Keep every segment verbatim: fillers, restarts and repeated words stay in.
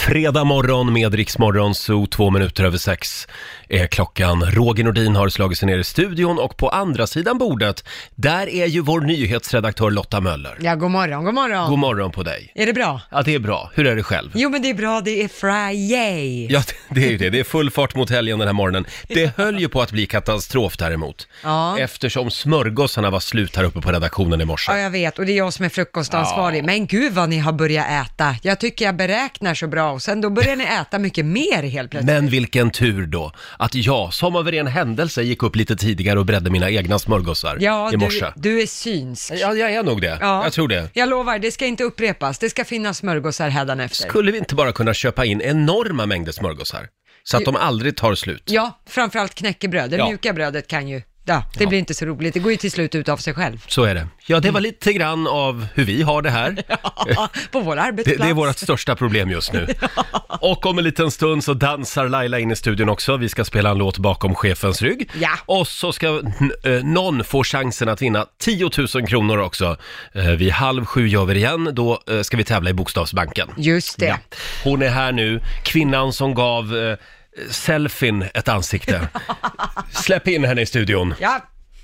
Fredag morgon med Rix Morgon, så två minuter över sex är klockan. Roger Nordin har slagit sig ner i studion och på andra sidan bordet, där är ju vår nyhetsredaktör Lotta Möller. Ja, god morgon, god morgon. God morgon på dig. Är det bra? Ja, det är bra. Hur är det själv? Jo, men det är bra. Det är Friday. Ja, det är ju det. Det är full fart mot helgen den här morgonen. Det höll ju på att bli katastrof däremot. Ja. Eftersom smörgåsarna var slut här uppe på redaktionen i morse. Ja, jag vet. Och det är jag som är frukostansvarig. Ja. Men gud vad ni har börjat äta. Jag tycker jag beräknar så bra. Och sen då börjar ni äta mycket mer helt plötsligt. Men vilken tur då. Att jag, som av en händelse, gick upp lite tidigare och bredde mina egna smörgåsar ja, i morse. Du, du är synsk. Ja, jag är nog det. Ja. Jag tror det. Jag lovar, det ska inte upprepas. Det ska finnas smörgåsar hädanefter. Skulle vi inte bara kunna köpa in enorma mängder smörgåsar? Så att de aldrig tar slut. Ja, framförallt knäckebröd. Det ja. mjuka brödet kan ju... Ja, det ja. blir inte så roligt. Det går ju till slut ut av sig själv. Så är det. Ja, det var lite grann av hur vi har det här. Ja, på vår arbetsplats. Det, det är vårt största problem just nu. Ja. Och om en liten stund så dansar Laila in i studion också. Vi ska spela en låt bakom chefens rygg. Ja. Och så ska eh, någon få chansen att vinna tio tusen kronor också. Eh, vid halv sju gör vi det igen. Då eh, ska vi tävla i Bokstavsbanken. Just det. Ja. Hon är här nu. Kvinnan som gav... Eh, selfien ett ansikte. Släpp in henne i studion. Ja.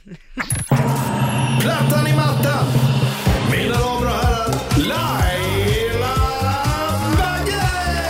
Plattan i mattan. Mina damer och herrar, Laila Bagge!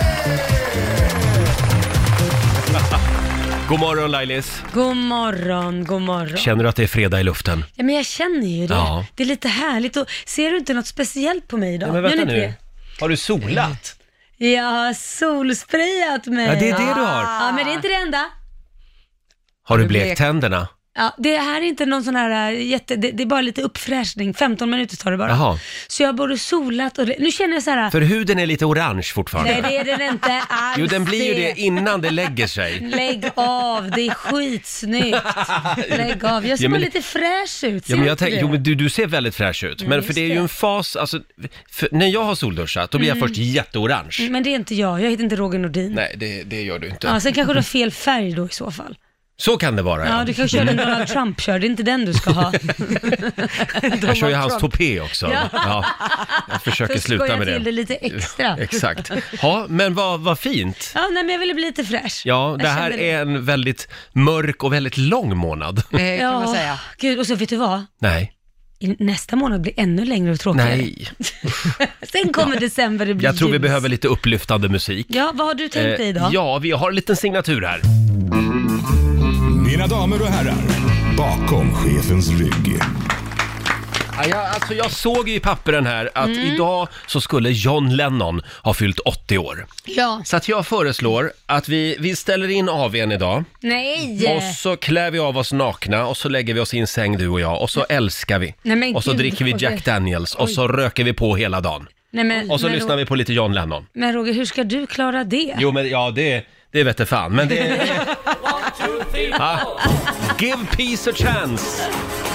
God morgon Lailis. God morgon, god morgon. Känner du att det är fredag i luften? Ja, men jag känner ju det. Ja. Det är lite härligt. Och ser du inte något speciellt på mig idag? Ja, men vänta nu. Det? Har du solat? Jag har solsprayat mig. Ja, det är det du har. Ja, men det är inte det enda. Har du blekt tänderna? Ja, det här är inte någon sån här jätte, det, det är bara lite uppfräschning, femton minuter tar det bara. Jaha. Så jag har både solat och, nu känner jag så här. För huden är lite orange fortfarande. Nej, det är den inte alls. Jo, den blir ju det innan det lägger sig. Lägg av, det är skitsnyggt. Lägg av, jag ser ja, men, bara lite fräsch ut. Ja, men jag tänk, jo, men du, du ser väldigt fräsch ut. Men mm, för det är ju en fas, alltså, när jag har solduschat, då blir jag mm. först jätteorange. Men det är inte jag, jag heter inte Roger Nordin. Nej, det, det gör du inte. Ja, sen kanske du har fel färg då i så fall. Så kan det vara, ja. Ja, du kanske kör den Donald Trump kör, det är inte den du ska ha. Jag kör ju hans topé också. Ja. Ja, jag försöker sluta med det. Till det lite extra. Exakt. Ja, men vad, vad fint. Ja, nej, men jag ville bli lite fräsch. Ja, det här är en väldigt mörk och väldigt lång månad. Eh, kan ja, man säga. Gud, och så vet du vad? Nej. Nästa månad blir ännu längre och tråkigare. Nej. Sen kommer ja. december, det blir Jag tror ljus. Vi behöver lite upplyftande musik. Ja, vad har du tänkt dig idag? Ja, vi har en liten signatur här. Mina damer och herrar, bakom chefens rygg. Ja, jag, alltså jag såg i papperen här att mm. idag så skulle John Lennon ha fyllt åttio år. Ja. Så att jag föreslår att vi, vi ställer in A V:n idag. Nej! Och så klär vi av oss nakna och så lägger vi oss i en säng du och jag och så älskar vi. Nej, men och så gud, dricker vi Jack okay. Daniels och så röker vi på hela dagen. Nej, men, och så men, lyssnar vi på lite John Lennon. Men Roger, hur ska du klara det? Jo men ja, det, det vet jag fan. Men det är... ah, give peace a chance.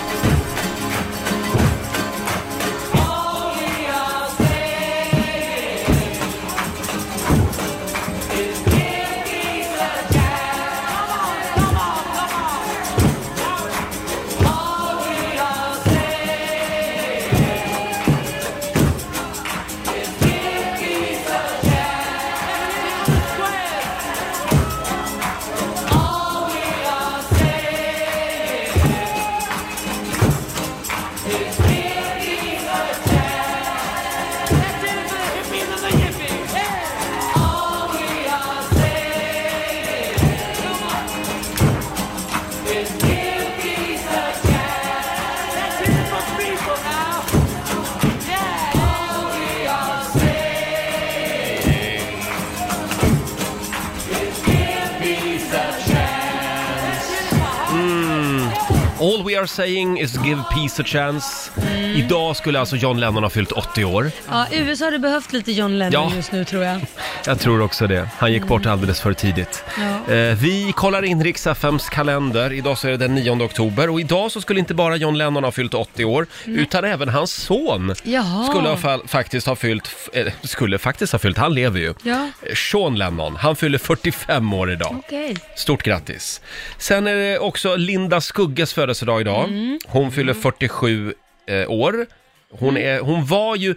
All we are saying is give peace a chance. Mm. Idag skulle alltså John Lennon ha fyllt åttio år. Ja, U S A hade behövt lite John Lennon ja. just nu tror jag. Jag tror också det. Han gick bort alldeles för tidigt. Ja. Eh, vi kollar in Rix F M:s kalender. Idag så är det den nionde oktober. Och idag så skulle inte bara John Lennon ha fyllt åttio år. Mm. Utan även hans son Jaha. skulle ha fa- faktiskt ha fyllt... Eh, skulle faktiskt ha fyllt. Han lever ju. Ja. Sean Lennon. Han fyller fyrtiofem år idag. Okay. Stort grattis. Sen är det också Linda Skugges födelsedag idag. Mm. Hon fyller fyrtiosju eh, år. Hon, är, hon var ju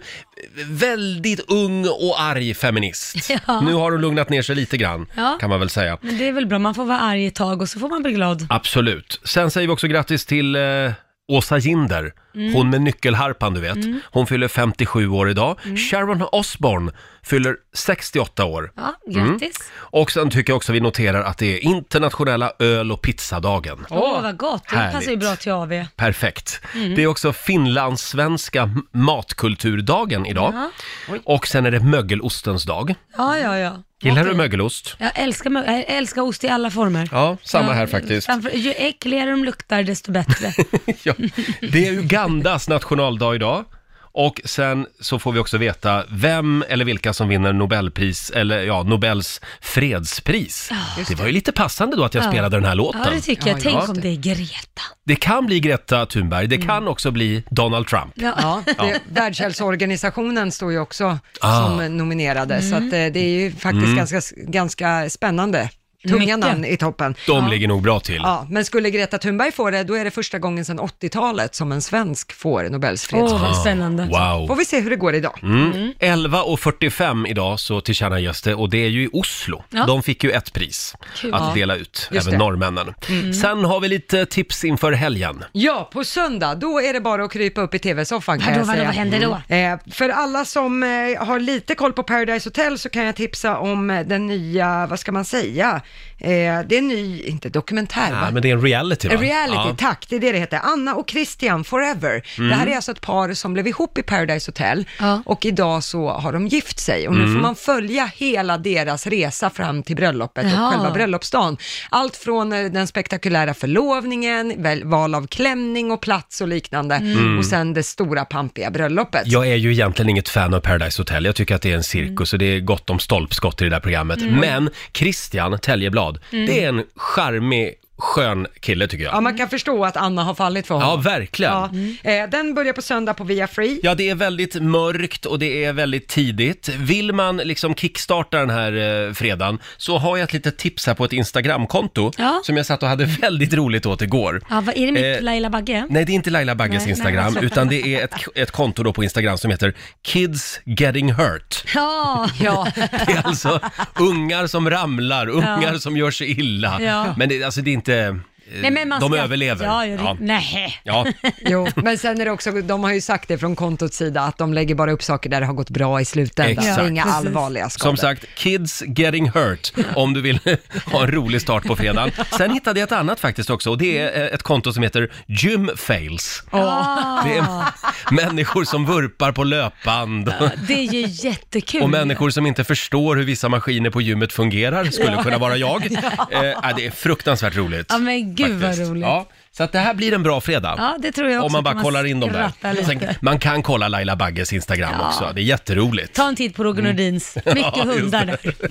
väldigt ung och arg feminist. Ja. Nu har hon lugnat ner sig lite grann, Ja. kan man väl säga. Men det är väl bra, man får vara arg ett tag och så får man bli glad. Absolut. Sen säger vi också grattis till eh, Åsa Ginder. Mm. Hon med nyckelharpan, du vet. Mm. Hon fyller femtiosju år idag. Mm. Sharon Osbourne fyller sextioåtta år. Ja, grattis. Mm. Och sen tycker jag också vi noterar att det är internationella öl- och pizzadagen. Åh, oh, vad gott. Det Härligt. passar ju bra till A V. Perfekt. Mm. Det är också finlandssvenska matkulturdagen idag. Uh-huh. Och sen är det mögelostens dag. Ja, ja, ja. Gillar du mögelost? Jag älskar, mö- jag älskar ost i alla former. Ja, samma här faktiskt. Framför, ju äckligare de luktar, desto bättre. Ja, det är Ugandas nationaldag idag. Och sen så får vi också veta vem eller vilka som vinner Nobelpris, eller ja, Nobels fredspris. Oh, det var ju lite passande då att jag ja. spelade den här låten. Ja, det tycker jag. Ja, Tänk ja. om det är Greta. Det kan bli Greta Thunberg, det kan mm. också bli Donald Trump. Ja, ja det, Världshälsoorganisationen står ju också ah. som nominerade, mm. så att, det är ju faktiskt mm. ganska, ganska spännande. Tunga namn i toppen. De ja. ligger nog bra till. Ja, men skulle Greta Thunberg få det, då är det första gången sedan åttiotalet som en svensk får Nobels fredspris. Åh, oh, spännande. Wow. Får vi se hur det går idag. Mm. Mm. elva och fyrtiofem idag så tillkännages det, och det är ju i Oslo. Ja. De fick ju ett pris Kul. att dela ut, Just även det. norrmännen. Mm. Sen har vi lite tips inför helgen. Ja, på söndag, då är det bara att krypa upp i tv-soffan, kan ja, då, jag säga. Vad händer då? Mm. Eh, för alla som eh, har lite koll på Paradise Hotel så kan jag tipsa om den nya, vad ska man säga, eh, det är en ny, inte dokumentär ja, va? men det är en reality va? En reality, ja. tack, det är det det heter. Anna och Christian Forever. Mm. Det här är alltså ett par som blev ihop i Paradise Hotel ja. och idag så har de gift sig och nu mm. får man följa hela deras resa fram till bröllopet ja. och själva bröllopsdagen. Allt från den spektakulära förlovningen, val av klänning och plats och liknande mm. och sen det stora pampiga bröllopet. Jag är ju egentligen inget fan av Paradise Hotel. Jag tycker att det är en cirkus mm. och det är gott om stolpskott i det där programmet. Mm. Men Christian Täljeblad, mm. det är en charmig, skön kille tycker jag. Ja, man kan förstå att Anna har fallit för honom. Ja, verkligen. Ja. Mm. Den börjar på söndag på Via Free. Ja, det är väldigt mörkt och det är väldigt tidigt. Vill man liksom kickstarta den här eh, fredagen så har jag ett litet tips här på ett Instagramkonto ja. som jag satt och hade väldigt roligt åt igår. Ja, vad är det med eh, Laila Bagge? Nej, det är inte Laila Bagges nej, Instagram, nej, utan det är ett, ett konto då på Instagram som heter Kids Getting Hurt. Ja, ja. Det är alltså ungar som ramlar, ungar ja. som gör sig illa. Ja. Men det, alltså det är inte Nej, men man de ska... överlever. Ja, ja, det... ja. Nej. Ja. Jo, men sen är det också, de har ju sagt det från kontots sida att de lägger bara upp saker där det har gått bra i slutändan. Exakt. Så inga allvarliga skador. Som sagt, Kids Getting Hurt om du vill ha en rolig start på fredagen. Sen hittade jag ett annat faktiskt också och det är ett konto som heter Gym Fails. Oh. Det är människor som vurpar på löpband. Ja, det är ju jättekul. Och människor som inte förstår hur vissa maskiner på gymmet fungerar skulle ja. kunna vara jag. Ja. Eh, det är fruktansvärt roligt. Ja, men gud vad roligt. Ja, så att det här blir en bra fredag. Ja, det tror jag också. Om man bara man kollar in dem där. Sen, man kan kolla Laila Bagges Instagram ja. också. Det är jätteroligt. Ta en titt på Roger Nordins. Mm. Mycket ja, hundar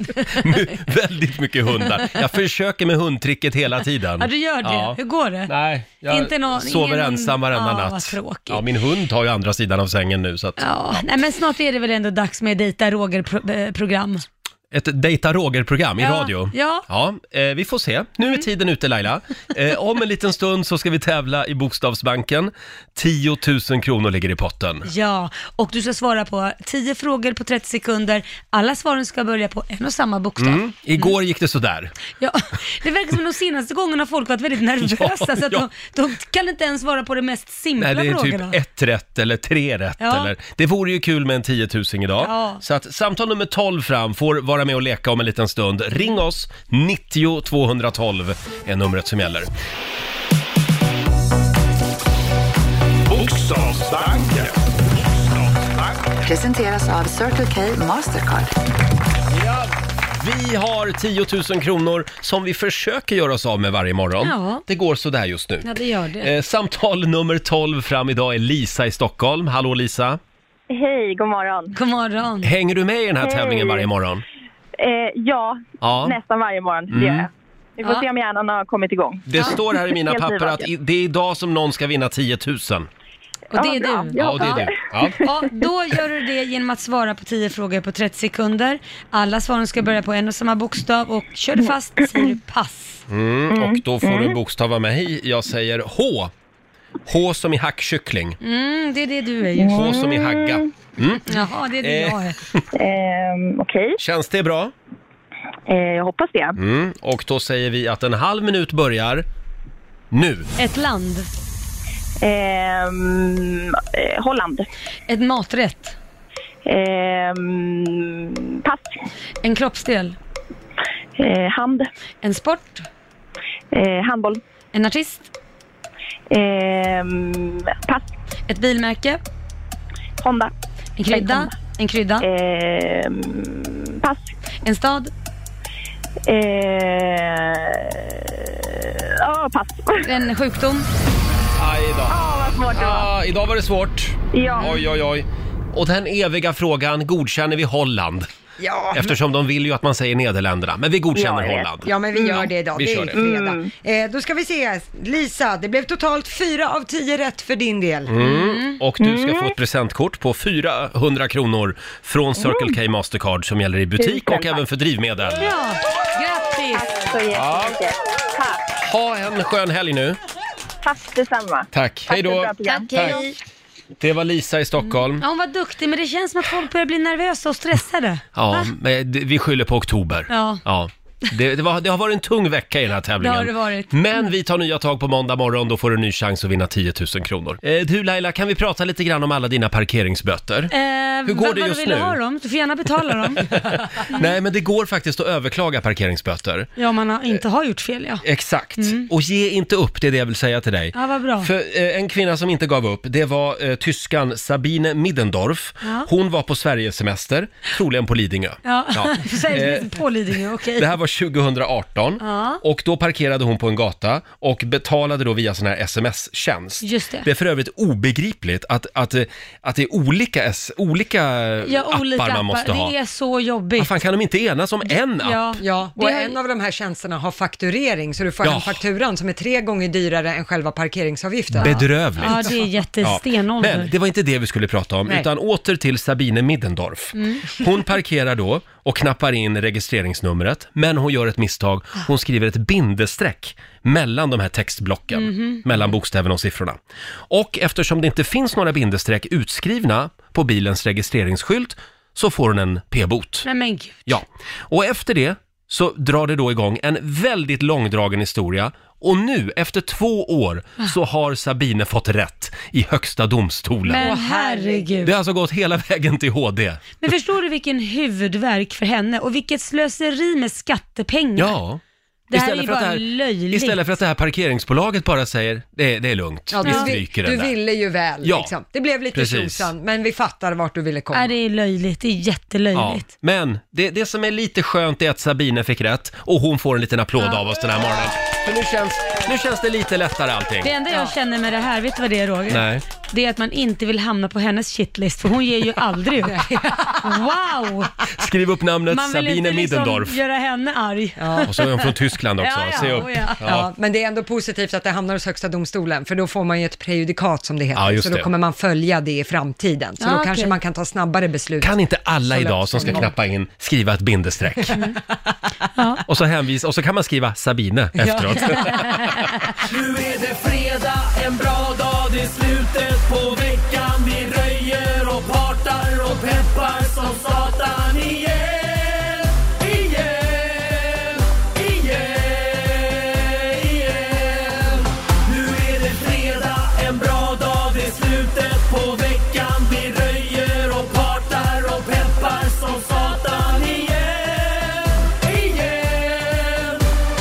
där. Väldigt mycket hundar. Jag försöker med hundtricket hela tiden. Ja, du gör det. Ja. Hur går det? Nej, jag Inte någon, sover ingen... ensam varenda ja, natt. Ja, min hund tar ju andra sidan av sängen nu. Så att, ja. Nej, men snart är det väl ändå dags med Dejta Roger-program. Ett Dejta Roger-program i ja, radio. Ja. ja eh, vi får se. Nu är tiden ute, Laila. Eh, om en liten stund så ska vi tävla i Bokstavsbanken. tio tusen kronor ligger i potten. Ja, och du ska svara på tio frågor på trettio sekunder. Alla svaren ska börja på en och samma bokstav. Mm. Igår mm. gick det sådär. Ja, det verkar som de senaste gångerna folk varit väldigt nervösa. ja, så att ja. de, de kan inte ens svara på det mest simpla frågorna. Nej, det är frågorna. Typ ett rätt eller tre rätt. Ja. Eller, det vore ju kul med en tio tusen idag. Ja. Så att samtal nummer tolv fram får vara med och leka om en liten stund. Ring oss, nittio tvåhundratolv är numret som gäller. Bokstavsbanken. Presenteras av Circle K Mastercard. Ja, vi har tio tusen kronor som vi försöker göra oss av med varje morgon. Ja. Det går så där just nu. Ja, det gör det. Eh, samtal nummer tolv fram idag är Lisa i Stockholm. Hallå Lisa. Hej, god morgon. God morgon. Hänger du med i den här Hej. tävlingen varje morgon? Eh, ja, ja, nästan varje morgon. Mm. Det gör jag. Vi får ja. se om hjärnan har kommit igång. Det står här i mina papper att det är idag som någon ska vinna tio tusen. Och det är ja, du? Ja, och det är du. Ja. Ja, då gör du det genom att svara på tio frågor på trettio sekunder. Alla svaren ska börja på en och samma bokstav och kör du fast säger du pass. Mm, och då får du en bokstav av mig. Jag säger H. H som i hackkyckling. Mm, det är det du är ju. H som i hagga. Mm. Jaha, det är det Eh. jag är. Eh, Okej, okay. Känns det bra? eh, jag hoppas det. Mm. Och då säger vi att en halv minut börjar nu. Ett land. Eh, eh, Holland. Ett maträtt. Eh, pass. En kroppsdel. Eh, hand. En sport. Eh, handboll. En artist. Eh, pass. Ett bilmärke. Honda. En krydda. Honda. En krydda. Eh, pass. En stad. Eh, oh, pass. En sjukdom. Aj då. Ja, vad svårt det var. Ah, idag var det svårt. Ja. Oj, oj, oj. Och den eviga frågan, godkänner vi Holland? Ja. Eftersom de vill ju att man säger Nederländerna. Men vi godkänner Ja, det. Holland. Ja, men vi gör det idag. vi Det kör är det. fredag. Eh, då ska vi se. Lisa, det blev totalt fyra av tio rätt för din del. Mm. Och du ska få ett presentkort på fyrahundra kronor från Circle K Mastercard som gäller i butik och även för drivmedel. Ja, grattis! Tack så jättemycket. Tack. Ha en skön helg nu. Tack detsamma. Tack. Hej då. Tack för ett bra program. Tack, hej. Det var Lisa i Stockholm. Ja, hon var duktig, men det känns som att folk börjar bli nervösa och stressade. Ja, men det- vi skyller på oktober. Ja. Ja. Det, det, var, det har varit en tung vecka i den här tävlingen. Det har det varit. Men vi tar nya tag på måndag morgon, då får du en ny chans att vinna tio tusen kronor. Eh, du Laila, kan vi prata lite grann om alla dina parkeringsböter? Eh, Hur går vad, det vad just vill du nu? ha dem? Du får gärna betala dem. Nej, men det går faktiskt att överklaga parkeringsböter. Ja, om man har, inte har gjort fel, ja. Exakt. Och ge inte upp, det är det jag vill säga till dig. Ja, vad bra. För eh, en kvinna som inte gav upp, det var eh, tyskan Sabine Middendorf. Ja. Hon var på Sverigesemester, troligen på Lidingö. Ja, Ja. säg Eh, på Lidingö, okej. Det här var tjugohundraarton Ja. och då parkerade hon på en gata och betalade då via sån här sms-tjänst. Just det. Det är för övrigt obegripligt att, att, att det är olika, S- olika Ja, appar olika man måste appar. ha. Det är så jobbigt. Vad fan, kan de inte enas om en app? Ja. Ja, och Det har- en av de här tjänsterna har fakturering, så du får Ja. en fakturan som är tre gånger dyrare än själva parkeringsavgiften. Bedrövligt. Ja, det är jättestenålder. Men det var inte det vi skulle prata om, Nej. utan åter till Sabine Middendorf. Mm. Hon parkerar då och knappar in registreringsnumret, men hon gör ett misstag. Hon skriver ett bindestreck mellan de här textblocken, Mhm. mellan bokstäverna och siffrorna. Och eftersom det inte finns några bindestreck utskrivna på bilens registreringsskylt så får hon en p-bot. Nej, men gud. Ja, och efter det så drar det då igång en väldigt långdragen historia. Och nu, efter två år, så har Sabine fått rätt i högsta domstolen. Men Åh, herregud. Det har alltså gått hela vägen till H D. Men förstår du vilken huvudvärk för henne och vilket slöseri med skattepengar? Ja. Det här är Istället ju för att bara det här- löjligt. Istället för att det här parkeringsbolaget bara säger det, det är lugnt, Ja, vi du, stryker du den där. ville ju väl, Ja, liksom. Det blev lite precis. tjosan, men vi fattar vart du ville komma. Nej, det är löjligt. Det är Ja. jättelöjligt. Men det, det som är lite skönt är att Sabine fick rätt och hon får en liten applåd av oss den här morgonen. För nu känns, nu känns det lite lättare allting. Det enda jag känner med det här, vet du vad det är, Roger? Nej. Det är att man inte vill hamna på hennes shitlist, för hon ger ju aldrig upp. Wow! Skriv upp namnet Man vill Sabine inte liksom Middendorf. göra henne arg. Ja. Och så är hon från Tyskland också. Ja, ja, Se upp. oh ja. Ja, men det är ändå positivt att det hamnar hos högsta domstolen, för då får man ju ett prejudikat som det heter, Ja, just så då det. kommer man följa det i framtiden. Så Ja, då okej. kanske man kan ta snabbare beslut. Kan inte alla Så idag lätt som som ska det knappa in skriva ett bindestreck? Ja. Och så hänvisa, och så kan man skriva Sabine efteråt. Nu är det fredag, en bra dag, det är slutet på veckan. Vi röjer och partar och peppar som satan igen. Igen, igen, igen. Nu är det fredag, en bra dag, det är slutet på veckan. Vi röjer och partar och peppar som satan igen. Igen,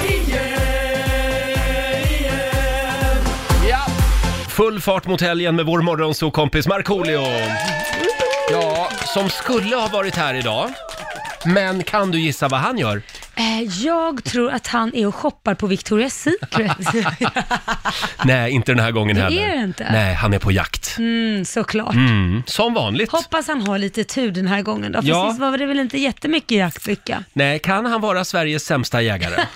igen, igen. Ja. Full fart mot helgen med vår morgonsåkompis Markoolio. Ja, som skulle ha varit här idag. Men kan du gissa vad han gör? Eh, Jag tror att han är och shoppar på Victoria's Secret. Nej, inte den här gången Det heller. är det inte. Nej, han är på jakt. Mm, såklart. Mm, som vanligt. Hoppas han har lite tur den här gången då. För Ja. sist var det väl inte jättemycket jaktlycka. Nej, kan han vara Sveriges sämsta jägare?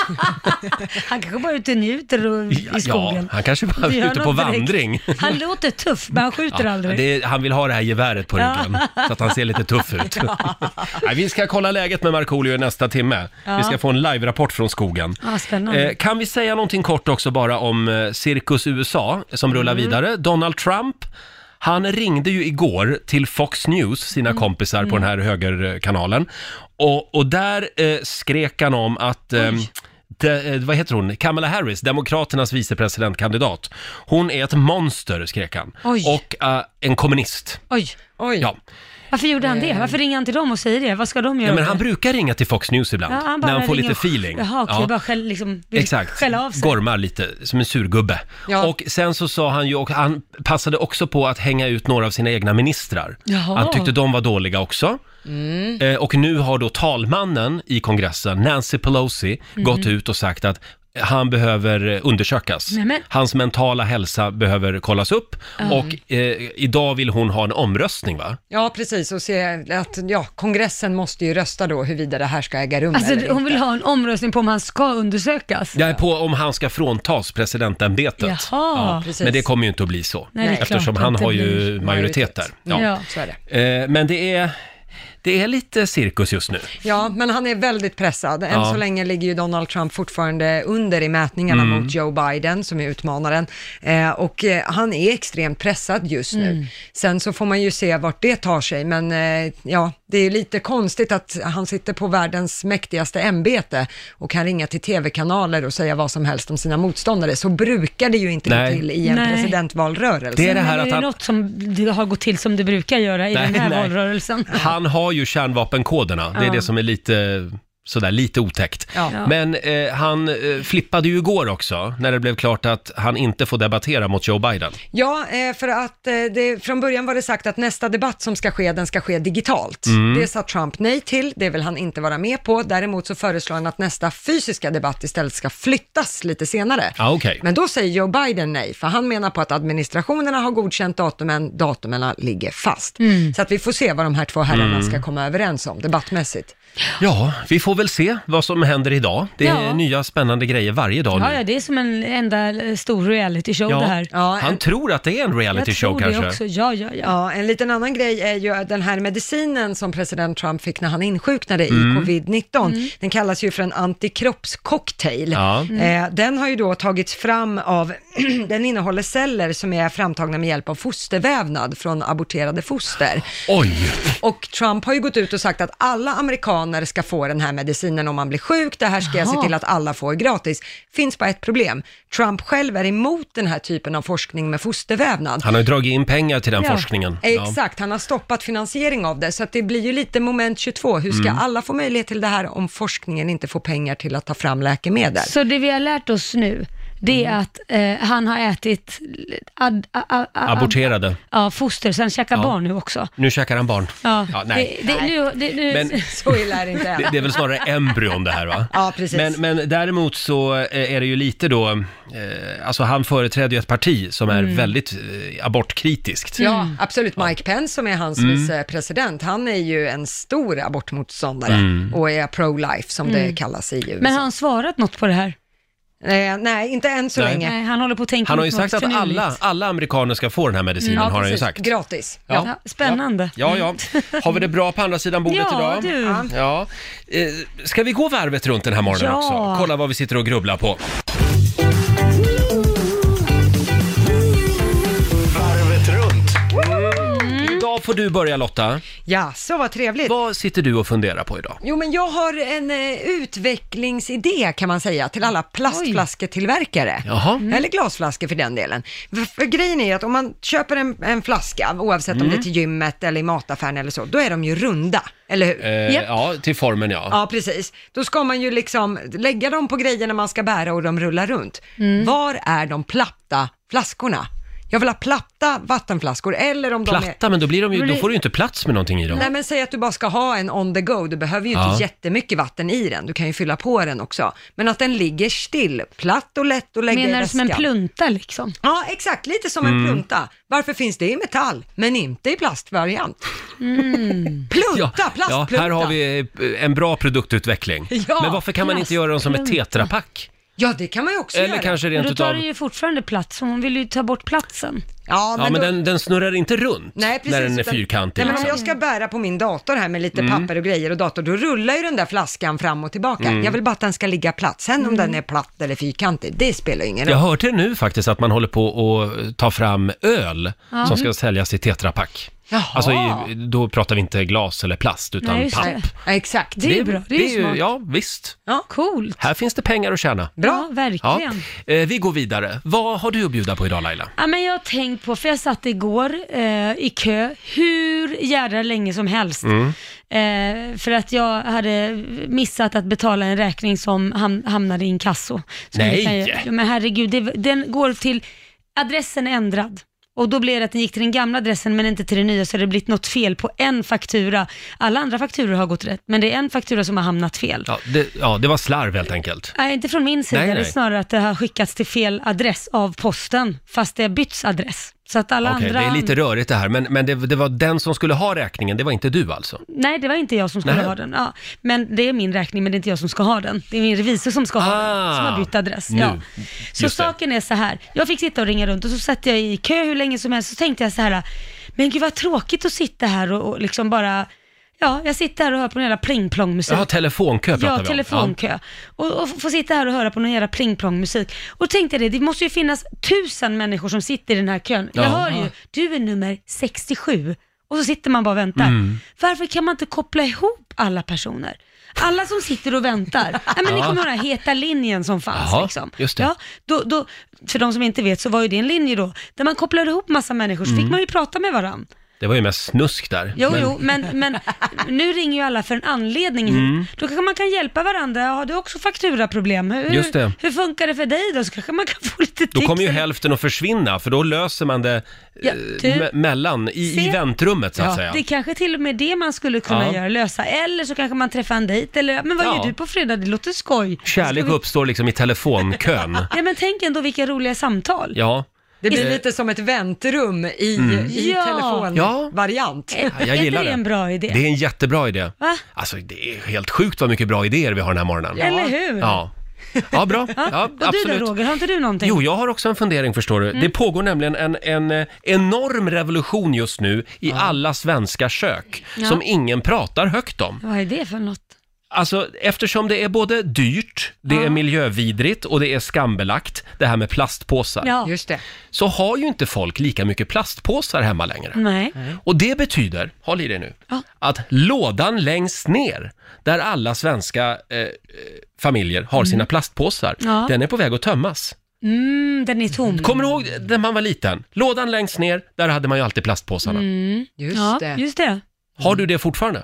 Han kanske bara är ute och njuter och, i skogen. Ja, han kanske bara är ute på vandring. Han låter tuff, men han skjuter ja, aldrig. Det är, han vill ha det här geväret på ryggen, så att han ser lite tuff ut. Ja. Nej, vi ska kolla läget med Markoolio i nästa timme. Ja. Vi ska få en live-rapport från skogen. Ja, spännande. Eh, kan vi säga någonting kort också bara om eh, Cirkus U S A som rullar mm. vidare? Donald Trump, han ringde ju igår till Fox News, sina mm. kompisar mm. på den här högerkanalen. Och, och där eh, skrek han om att... Eh, de, vad heter hon? Kamala Harris, demokraternas vicepresidentkandidat. Hon är ett monster, skrek han. Oj. Och uh, en kommunist. Oj, oj. Ja. Varför gjorde han det? Varför ringer han till dem och säger det? Vad ska de göra? Ja, men han brukar ringa till Fox News ibland, ja, när han får lite feeling. Jaha, okej, ja. bara skäll, liksom, Exakt, skälla av sig. Gormar lite, som en surgubbe. Ja. Och sen så sa han ju, och han passade också på att hänga ut några av sina egna ministrar. Jaha. Han tyckte de var dåliga också. Mm. Eh, och nu har då talmannen i kongressen, Nancy Pelosi, mm. gått ut och sagt att han behöver undersökas. Nämen. Hans mentala hälsa behöver kollas upp. Mm. Och eh, idag vill hon ha en omröstning, va? Ja, precis. Och se att ja, kongressen måste ju rösta då huruvida det här ska äga rum alltså, eller hon inte. vill ha en omröstning på om han ska undersökas? Ja, på om han ska fråntas presidentämbetet. Jaha. Ja, precis. men det kommer ju inte att bli så. Nej, eftersom han har ju majoritet där. Ja, ja, så är det. Eh, men det är... Det är lite cirkus just nu. Ja, men han är väldigt pressad. Än ja. så länge ligger ju Donald Trump fortfarande under i mätningarna mm. mot Joe Biden, som är utmanaren. Eh, och eh, han är extremt pressad just nu. Mm. Sen så får man ju se vart det tar sig, men eh, ja, det är lite konstigt att han sitter på världens mäktigaste ämbete och kan ringa till tv-kanaler och säga vad som helst om sina motståndare. Så brukar det ju inte nej. gå till i en nej. presidentvalrörelse. Det är det här att han... det är något som det har gått till som det brukar göra i nej, den här nej. valrörelsen. Han har ju kärnvapenkoderna. Det är ja. det som är lite... sådär lite otäckt. Ja. Men eh, han eh, flippade ju igår också när det blev klart att han inte får debattera mot Joe Biden. Ja, eh, för att eh, det, från början var det sagt att nästa debatt som ska ske, den ska ske digitalt. Mm. Det sa Trump nej till, det vill han inte vara med på. Däremot så föreslår han att nästa fysiska debatt istället ska flyttas lite senare. Ah, okay. Men då säger Joe Biden nej, för han menar på att administrationerna har godkänt datumen, datumen ligger fast. Mm. Så att vi får se vad de här två herrarna mm. ska komma överens om debattmässigt. Ja, vi får väl se vad som händer idag. Det är ja. nya spännande grejer varje dag nu. Ja, ja, det är som en enda stor reality show ja. det här. Ja, han en... tror att det är en reality show kanske. Jag tror det också, ja, ja, ja. Ja, en liten annan grej är ju den här medicinen som president Trump fick när han insjuknade mm. i covid nitton. Mm. Den kallas ju för en antikroppscocktail. Ja. Mm. Eh, den har ju då tagits fram av, den innehåller celler som är framtagna med hjälp av fostervävnad från aborterade foster. Oj! Och Trump har ju gått ut och sagt att alla amerikaner ska få den här medicinen om man blir sjuk. Det här ska jag se till att alla får gratis. Finns bara ett problem. Trump själv är emot den här typen av forskning med fostervävnad. Han har ju dragit in pengar till den ja, forskningen. Exakt, han har stoppat finansiering av det. Så att det blir ju lite moment tjugotvå. Hur ska mm. alla få möjlighet till det här om forskningen inte får pengar till att ta fram läkemedel? Så det vi har lärt oss nu, det är mm. att eh, han har ätit ad, ad, ad, ad, aborterade. Ja, foster, sen käkar ja. barn nu också. Nu käkar han barn. Ja, ja nej. Det, det, nu, det, nu. Men, så illa är det inte. Det, det är väl snarare embryon det här, va? Ja, precis. Men, men däremot så är det ju lite då, eh, alltså han företräder ju ett parti som är mm. väldigt eh, abortkritiskt. Ja, absolut. Mike ja. Pence som är hans mm. vicepresident, han är ju en stor abortmotståndare mm. och är pro-life som mm. det kallas i U S A. Men har han svarat något på det här? Nej, nej, inte än så nej. länge. Nej, han håller på att tänka. Han har ju sagt att alla, alla amerikaner ska få den här medicinen, mm. ja, har han ju sagt. Gratis. Ja. Ja, spännande. Ja, ja. Har vi det bra på andra sidan bordet ja, idag? Du. Ja, ja. Eh, ska vi gå varvet runt den här morgonen ja. också? Kolla vad vi sitter och grubblar på. Varvet runt. Mm. Idag får du börja, Lotta. Ja, så vad trevligt. Vad sitter du och funderar på idag? Jo, men jag har en eh, utvecklingsidé kan man säga till alla plastflasketillverkare. Jaha. Mm. Eller glasflaskor för den delen. För, för grejen är att om man köper en, en flaska, oavsett mm. om det är till gymmet eller i mataffären eller så, då är de ju runda, eller hur? Eh, yep. Ja, till formen ja. Ja, precis. Då ska man ju liksom lägga dem på grejerna man ska bära och de rullar runt. Mm. Var är de platta flaskorna? Jag vill ha platta vattenflaskor, eller om Platta, de är... men då, blir de ju, då får du ju inte plats med någonting i dem. Nej, men säg att du bara ska ha en on the go, du behöver ju Ja. inte jättemycket vatten i den, du kan ju fylla på den också. Men att den ligger still, platt och lätt att lägga i Menar du väskan. som en plunta liksom? Ja, exakt, lite som Mm. en plunta. Varför finns det i metall, men inte i plastvariant? Mm. Plunta, Ja, plastplunta. här har vi en bra produktutveckling. Ja, men varför kan man inte göra dem som ett plastplunta. tetrapack? Ja, det kan man ju också Eller göra. kanske Men rent då tar utav... du ju fortfarande plats, hon vill ju ta bort platsen. Ja, men, Ja, men då... den, den snurrar inte runt Nej, precis, när den är utan- fyrkantig. Nej, men om liksom. jag ska bära på min dator här med lite papper och grejer och dator, då rullar ju den där flaskan fram och tillbaka. Mm. Jag vill bara att den ska ligga platt. Sen om den är platt eller fyrkantig, det spelar ju ingen roll. Jag hörde nu faktiskt att man håller på att ta fram öl som ska säljas i tetrapack. Jaha. Alltså i, då pratar vi inte glas eller plast utan Nej, just papp. det. Ja, exakt. Det är ju bra, det är ju smart. Ja, visst. Ja. Coolt. Här finns det pengar att tjäna. Bra. Ja, verkligen. Ja. Eh, vi går vidare. Vad har du att bjuda på idag, Laila? Ja, men jag har tänkt på, för jag satt igår eh, i kö hur jädra länge som helst. Mm. Eh, för att jag hade missat att betala en räkning som ham- hamnade i inkasso. Så Nej. det kan jag- ja, men herregud, det, den går till, adressen är ändrad. Och då blev det att den gick till den gamla adressen men inte till den nya, så det har blivit något fel på en faktura. Alla andra fakturor har gått rätt, men det är en faktura som har hamnat fel. Ja, det, ja, det var slarv helt enkelt. Nej, inte från min sida, Nej, det är nej. snarare att det har skickats till fel adress av posten, fast det har bytts adress. Så att alla Okej, andra... det är lite rörigt det här, men, men det, det var den som skulle ha räkningen, det var inte du alltså? Nej, det var inte jag som skulle Nej. ha den. Ja, men det är min räkning, men det är inte jag som ska ha den. Det är min revisor som ska ha Ah, den, som har bytt adress. nu. Ja. Så Just det. saken är så här, jag fick sitta och ringa runt och så satt jag i kö hur länge som helst, så tänkte jag så här, men gud vad tråkigt att sitta här och, och liksom bara, ja, jag sitter här och hör på någon jävla pling-plong-musik. Ja, telefonkö pratar vi Ja, om. telefonkö. Och, och få sitta här och höra på någon jävla pling-plong-musik. Och då tänkte jag det, det måste ju finnas tusen människor som sitter i den här kön. Jag Ja. hör ju, du är nummer sextiosju. Och så sitter man bara och väntar. Mm. Varför kan man inte koppla ihop alla personer? Alla som sitter och väntar. Ja, men ni kommer ihåg den här heta linjen som fanns. Jaha, liksom. just det. Ja, då, då, för de som inte vet så var ju det en linje då, där man kopplade ihop massa människor, så Mm. fick man ju prata med varandra. Det var ju mest snusk där. Jo, men, jo, men, men nu ringer ju alla för en anledning hit. Mm. Då kanske man kan hjälpa varandra. Har du också fakturaproblem? Hur, Just det. hur funkar det för dig då? Så kanske man kan få lite tips. Då kommer ju hälften att försvinna, för då löser man det Ja, eh, du- me- mellan, i, i Se- väntrummet så att Ja, säga. Det är kanske till och med det man skulle kunna Ja. göra, lösa. Eller så kanske man träffar en dejt. Eller, men vad Ja. gör du på fredag? Det låter skoj. Kärlek Ska vi- uppstår liksom i telefonkön. Ja, men tänk ändå vilka roliga samtal. Ja, Det blir Eh. lite som ett väntrum i, i Mm. Ja. telefonvariant. ja jag är gillar inte det en bra idé? Det är en jättebra idé. Va? Alltså det är helt sjukt vad mycket bra idéer vi har den här morgonen. Ja. Eller hur? Ja, ja bra. Ja, Och du då absolut. Roger, har inte du någonting? Jo, jag har också en fundering förstår du. Mm. Det pågår nämligen en, en eh, enorm revolution just nu i alla svenska kök Ja. som ingen pratar högt om. Vad är det för något? Alltså eftersom det är både dyrt, det är miljövidrigt och det är skambelagt, det här med plastpåsar. Ja. Just det. Så har ju inte folk lika mycket plastpåsar hemma längre. Nej. Och det betyder, håll i dig nu, Ja. att lådan längst ner, där alla svenska eh, eh, familjer har sina plastpåsar, Ja. den är på väg att tömmas. Mm, den är tom. Kommer du ihåg när man var liten? Lådan längst ner, där hade man ju alltid plastpåsarna. Mm. Just Ja, det. just det. Har du det fortfarande?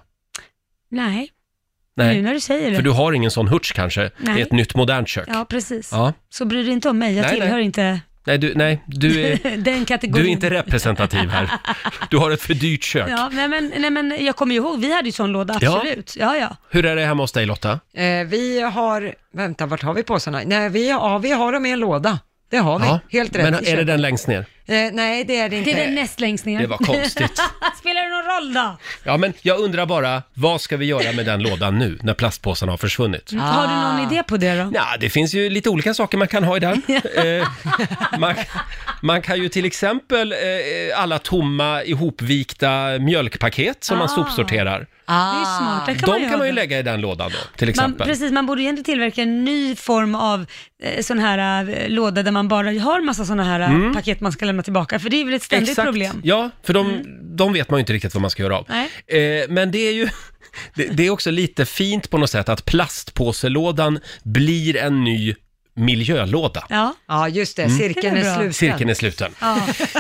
Nej, nu Nej, när du säger det. för du har ingen sån hurts kanske. Det Nej. är ett nytt modernt kök. Ja, precis. Ja. Så bry dig inte om mig, jag Nej, tillhör nej. inte Nej, du, nej du, är, den kategorin. du är inte representativ här. Du har ett för dyrt kök. Ja, nej men, nej men jag kommer ju ihåg, vi hade ju sån låda, Ja. absolut. Ja, ja. Hur är det hemma hos dig Lotta? Eh, vi har, vänta, vart har vi påsarna? Nej, vi, ja, vi har dem i en låda. Det har vi, Ja. helt rätt. Men i är det köket. den längst ner? Eh, nej, det är det inte. Det är den näst längst ner. Det var konstigt. Spelar det någon roll då? Ja, men jag undrar bara, vad ska vi göra med den lådan nu när plastpåsarna har försvunnit? Har du någon idé på det då? Ja, det finns ju lite olika saker man kan ha i den. eh, man, man kan ju till exempel eh, alla tomma ihopvikta mjölkpaket som man Ah. sopsorterar. Det är smart, det kan man De ju kan man ju ha. lägga i den lådan då, till Man, exempel. precis, man borde ju egentligen tillverka en ny form av eh, sån här eh, låda där man bara har massa såna här eh, paket man ska lämna tillbaka, för det är väl ett ständigt Mm. Exakt. problem. Ja, för de, de vet man ju inte riktigt vad man ska göra av. Nej. Eh, men det är ju det, det är också lite fint på något sätt att plastpåselådan blir en ny miljölåda. Ja, Ja, just det. Mm. Cirkeln Det är är, bra. sluten. Cirkeln är sluten. ja.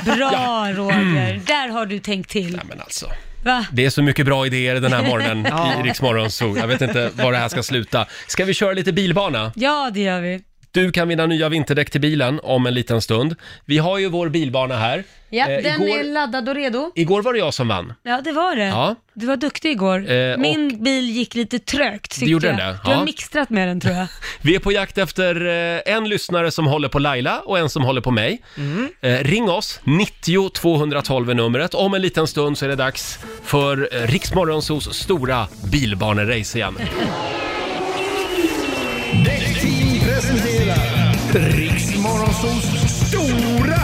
Bra Roger, där har du tänkt till. Nej, men alltså. Va? Det är så mycket bra idéer den här morgonen Ja. i Rix Morgon Zoo. Jag vet inte var det här ska sluta. Ska vi köra lite bilbana? Ja, det gör vi. Du kan vinna nya vinterdäck till bilen om en liten stund. Vi har ju vår bilbana här. Ja, Eh, den igår- är laddad och redo. Igår var det jag som vann. Ja, det var det. Ja. Du var duktig igår. Eh, Min bil gick lite trögt, tyckte Det gjorde jag. den det? Du Ja. har mixtrat med den, tror jag. Vi är på jakt efter eh, en lyssnare som håller på Laila och en som håller på mig. Eh, ring oss, nittio tvåhundratolv är numret. Om en liten stund så är det dags för eh, Riksmorgonsos stora bilbanerace igen. Däckteam presenterar Riksmorgonsols stora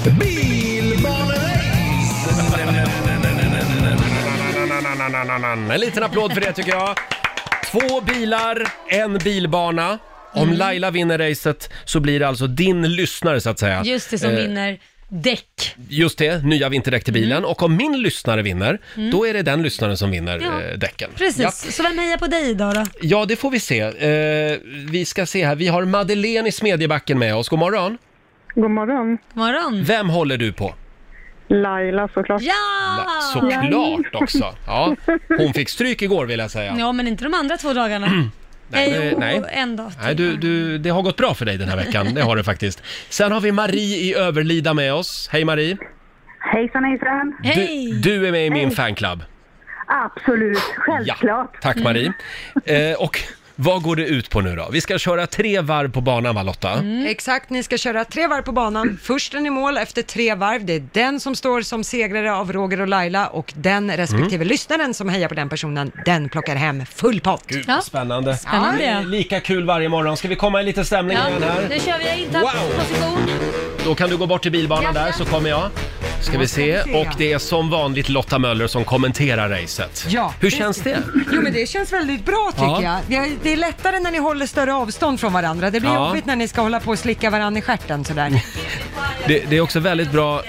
bilbanerace. En liten applåd för det tycker jag. Två bilar, en bilbana. Om Laila vinner racet så blir det alltså din lyssnare så att säga. Just det, som Eh, vinner däck. Just det, nya vinterdäck till bilen. Och om min lyssnare vinner, då är det den lyssnaren som vinner Ja. eh, däcken. Precis, Ja. så vem hejar på dig idag då? Ja, det får vi se. Eh, vi ska se här. Vi har Madeleine i Smedjebacken med oss. God morgon. God morgon. God morgon. Vem håller du på? Laila såklart. Ja! Såklart också. Ja, hon fick stryk igår vill jag säga. Ja, men inte de andra två dagarna. Nej, Nej, det- jo, nej. en dag till. Nej, du, du, det har gått bra för dig den här veckan. Det har det faktiskt. Sen har vi Marie i Överlida med oss. Hej Marie. Hejsan hejsan. Hej! Du, du är med i min fanclub. Absolut, självklart. Tack Marie. Eh, och vad går det ut på nu då? Vi ska köra tre varv på banan, va Lotta? Mm. Exakt, ni ska köra tre varv på banan. Först är ni i mål efter tre varv. Det är den som står som segrare av Roger och Laila och den respektive Mm. lyssnaren som hejar på den personen, den plockar hem full pott. Gud, Ja. vad spännande. Spännande, Det är ja. lika kul varje morgon. Ska vi komma i lite stämning Ja, igen här? nu kör vi. Jag intar Wow. position. Då kan du gå bort till bilbanan Ja, där ja. så kommer jag. Ska vi ska vi se. se. Och det är som vanligt Lotta Möller som kommenterar racet. Ja, Hur det känns det? Jo men det känns väldigt bra tycker Ja. jag. Det är, det är lättare när ni håller större avstånd från varandra. Det blir Ja. jobbigt när ni ska hålla på och slicka varandra i stjärten sådär. Det, det är också väldigt bra.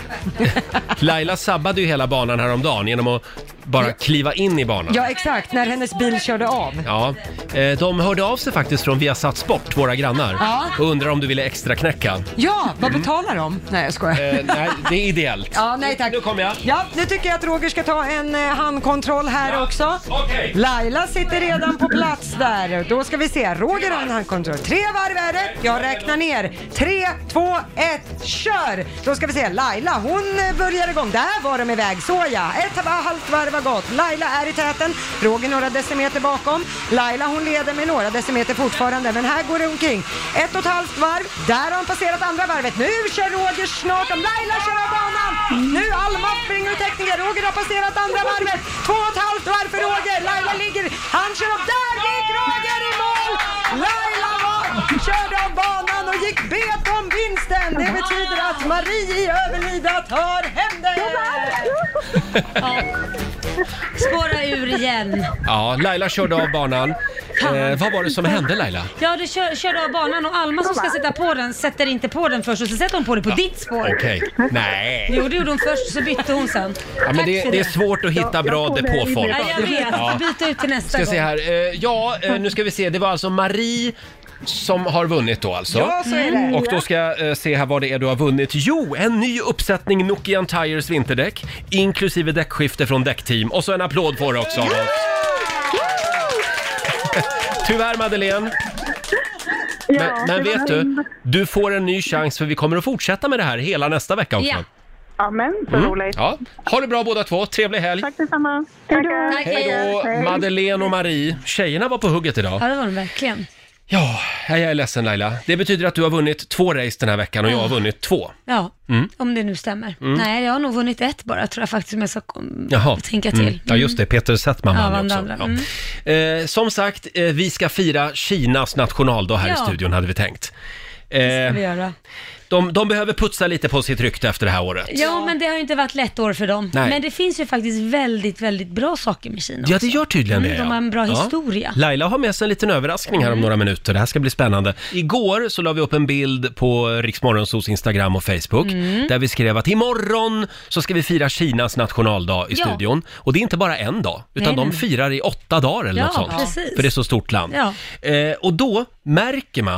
Laila sabbade ju hela banan häromdagen genom att bara kliva in i banan. Ja exakt, när hennes bil körde av. Ja, eh, de hörde av sig faktiskt från Viasat Sport, våra grannar, Ja. och undrar om du ville extra knäcka. Ja, vad betalar de? Nej jag skojar. Eh, nej, det är ideellt. Ja, nej tack. Nu kommer jag. Ja, nu tycker jag att Roger ska ta en eh, handkontroll här Ja. också. Okej. Laila sitter redan på plats där. Då ska vi se. Roger har en handkontroll. Tre varv är det. Jag räknar ner. Tre, två, ett, kör! Då ska vi se. Laila, hon eh, börjar igång. Där var de iväg. Så ja. Ett halvt varv har gått. Laila är i täten. Roger några decimeter bakom. Laila hon leder med några decimeter fortfarande. Men här går det omkring. Ett och ett halvt varv. Där har han passerat andra varvet. Nu kör Roger snart om. Laila kör av banan. Nu Alma springer ur tekniker. Roger har passerat andra varvet. Två och ett halvt varv för Roger. Laila ligger. Han kör upp. Där gick Roger i mål. Laila var, körde av banan och gick bet om vinsten. Det betyder att Marie i Överlida tar hem det. Ja. Spåra ur igen. Ja, Laila körde av banan. Eh, vad var det som hände Laila? Ja, du kör, körde av banan och Alma som ska sätta på den sätter inte på den först och så sätter hon på det på ditt spår. Okej, nej. Jo, det gjorde hon först så bytte hon sen. Ja, men Tack det, för det är svårt att hitta bra depåfolk. Ja, jag vet. Ja. Får byta ut till nästa Ska gång. se här. Eh, ja, eh, nu ska vi se. Det var alltså Marie som har vunnit då alltså. Ja, så är det. Och då ska jag eh, se här vad det är du har vunnit. Jo, en ny uppsättning Nokian Tires vinterdäck, inklusive däckskifte från Däckteam. Och så en applåd får du också av oss. Tyvärr Madeleine. Men, men vet du, du får en ny chans för vi kommer att fortsätta med det här hela nästa vecka också. Ja. Amen, så roligt. Ja, ha det bra båda två. Trevlig helg. Tack detsamma. Tackar. Tack, Hej då, Hej. Madeleine och Marie. Tjejerna var på hugget idag. Ja, det var de verkligen. Ja, jag är ledsen Laila. Det betyder att du har vunnit två race den här veckan och jag har vunnit två. Ja, Mm. om det nu stämmer. Nej, jag har nog vunnit ett bara, tror jag faktiskt, om jag ska kom- Jaha. tänka till. Mm. Ja just det, Peter Settman Ja, vann vann det också. andra. Ja. Eh, som sagt, eh, vi ska fira Kinas nationaldag här Ja. i studion hade vi tänkt. Det ska Eh, vi göra. de, de behöver putsa lite på sitt rykte efter det här året. Ja, men det har ju inte varit lätt år för dem. Nej. Men det finns ju faktiskt väldigt, väldigt bra saker med Kina Ja, också. det gör tydligen Mm, det. de ja. har en bra Ja. historia. Laila har med sig en liten överraskning här om några minuter. Det här ska bli spännande. Igår så la vi upp en bild på Riksmorgonsos Instagram och Facebook där vi skrev att imorgon så ska vi fira Kinas nationaldag i Ja. studion. Och det är inte bara en dag, utan Nej, de nej. firar i åtta dagar eller Ja, något sånt. precis. För det är så stort land. Ja. Eh, och då märker man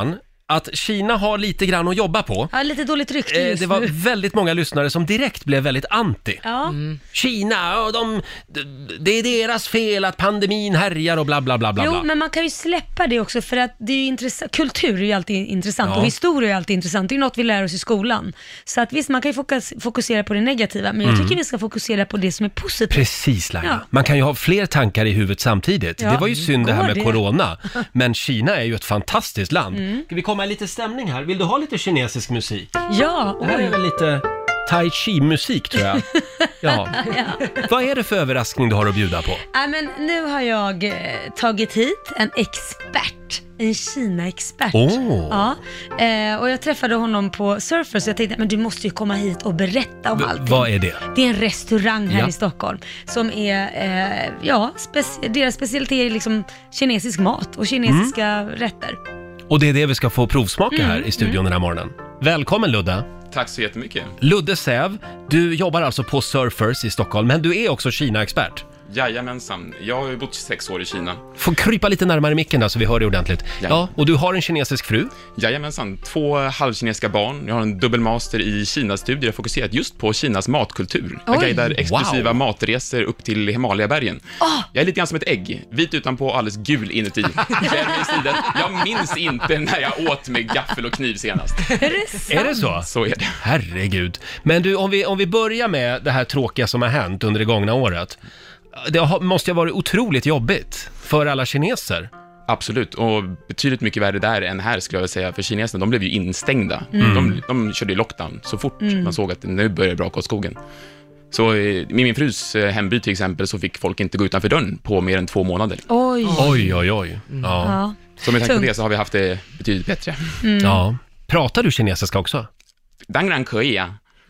att Kina har lite grann att jobba på. Ja, lite dåligt rykte just Det var nu. väldigt många lyssnare som direkt blev väldigt anti. Ja. Mm. Kina, och de, det är deras fel att pandemin härjar och bla bla bla bla. Jo, men man kan ju släppa det också för att det är ju intressant. Kultur är ju alltid intressant Ja. och historia är alltid intressant. Det är något vi lär oss i skolan. Så att visst, man kan ju fokus, fokusera på det negativa, men jag Mm. tycker vi ska fokusera på det som är positivt. Precis, Laila. Ja. Man kan ju ha fler tankar i huvudet samtidigt. Ja, Det var ju synd det här går med det? corona. Men Kina är ju ett fantastiskt land. Mm. Ska vi komma i lite stämning här? Vill du ha lite kinesisk musik? Ja, Det här är väl lite tai chi-musik, tror jag. Ja. ja. Vad är det för överraskning du har att bjuda på? Nej, men nu har jag eh, tagit hit en expert, en Kina-expert. Åh. Ja, eh, och jag träffade honom på Surfer, så jag tänkte, men du måste ju komma hit och berätta om V- allting. vad är det? Det är en restaurang här Ja. i Stockholm som är, eh, ja, speci- deras specialitet är liksom kinesisk mat och kinesiska Mm. rätter. Och det är det vi ska få provsmaka Mm, här i studion den här morgonen. Välkommen Ludde! Tack så jättemycket. Ludde Säv, du jobbar alltså på Surfers i Stockholm, men du är också Kina-expert. Jajamensan, jag har ju bott sex år i Kina. Får krypa lite närmare micken där så vi hör det ordentligt. Ja. Ja, och du har en kinesisk fru. Jajamensan, två halvkinesiska barn. Jag har en dubbelmaster i Kina-studier. Jag har fokuserat just på Kinas matkultur. Jag Oj. guidar exklusiva Wow. matresor upp till Himalayabergen. Jag är lite grann som ett ägg, vit utanpå och alldeles gul inuti. Kläder mig i sidan. Jag minns inte när jag åt med gaffel och kniv senast. Är det sant? Är det så? Så är det. Herregud. Men du, om vi, om vi börjar med det här tråkiga som har hänt under det gångna året. Det har, måste ju ha varit otroligt jobbigt för alla kineser. Absolut, och betydligt mycket värre där än här skulle jag vilja säga, för kineserna, de blev ju instängda. De, de körde ju lockdown så fort man såg att nu börjar det braka åt skogen. Så i min frus eh, hemby till exempel så fick folk inte gå utanför dörren på mer än två månader. Oj. Oj, oj, oj. Ja. Ja. Så med tanke på Tungt. det så har vi haft det betydligt bättre. Ja. Pratar du kinesiska också? Dangran köja.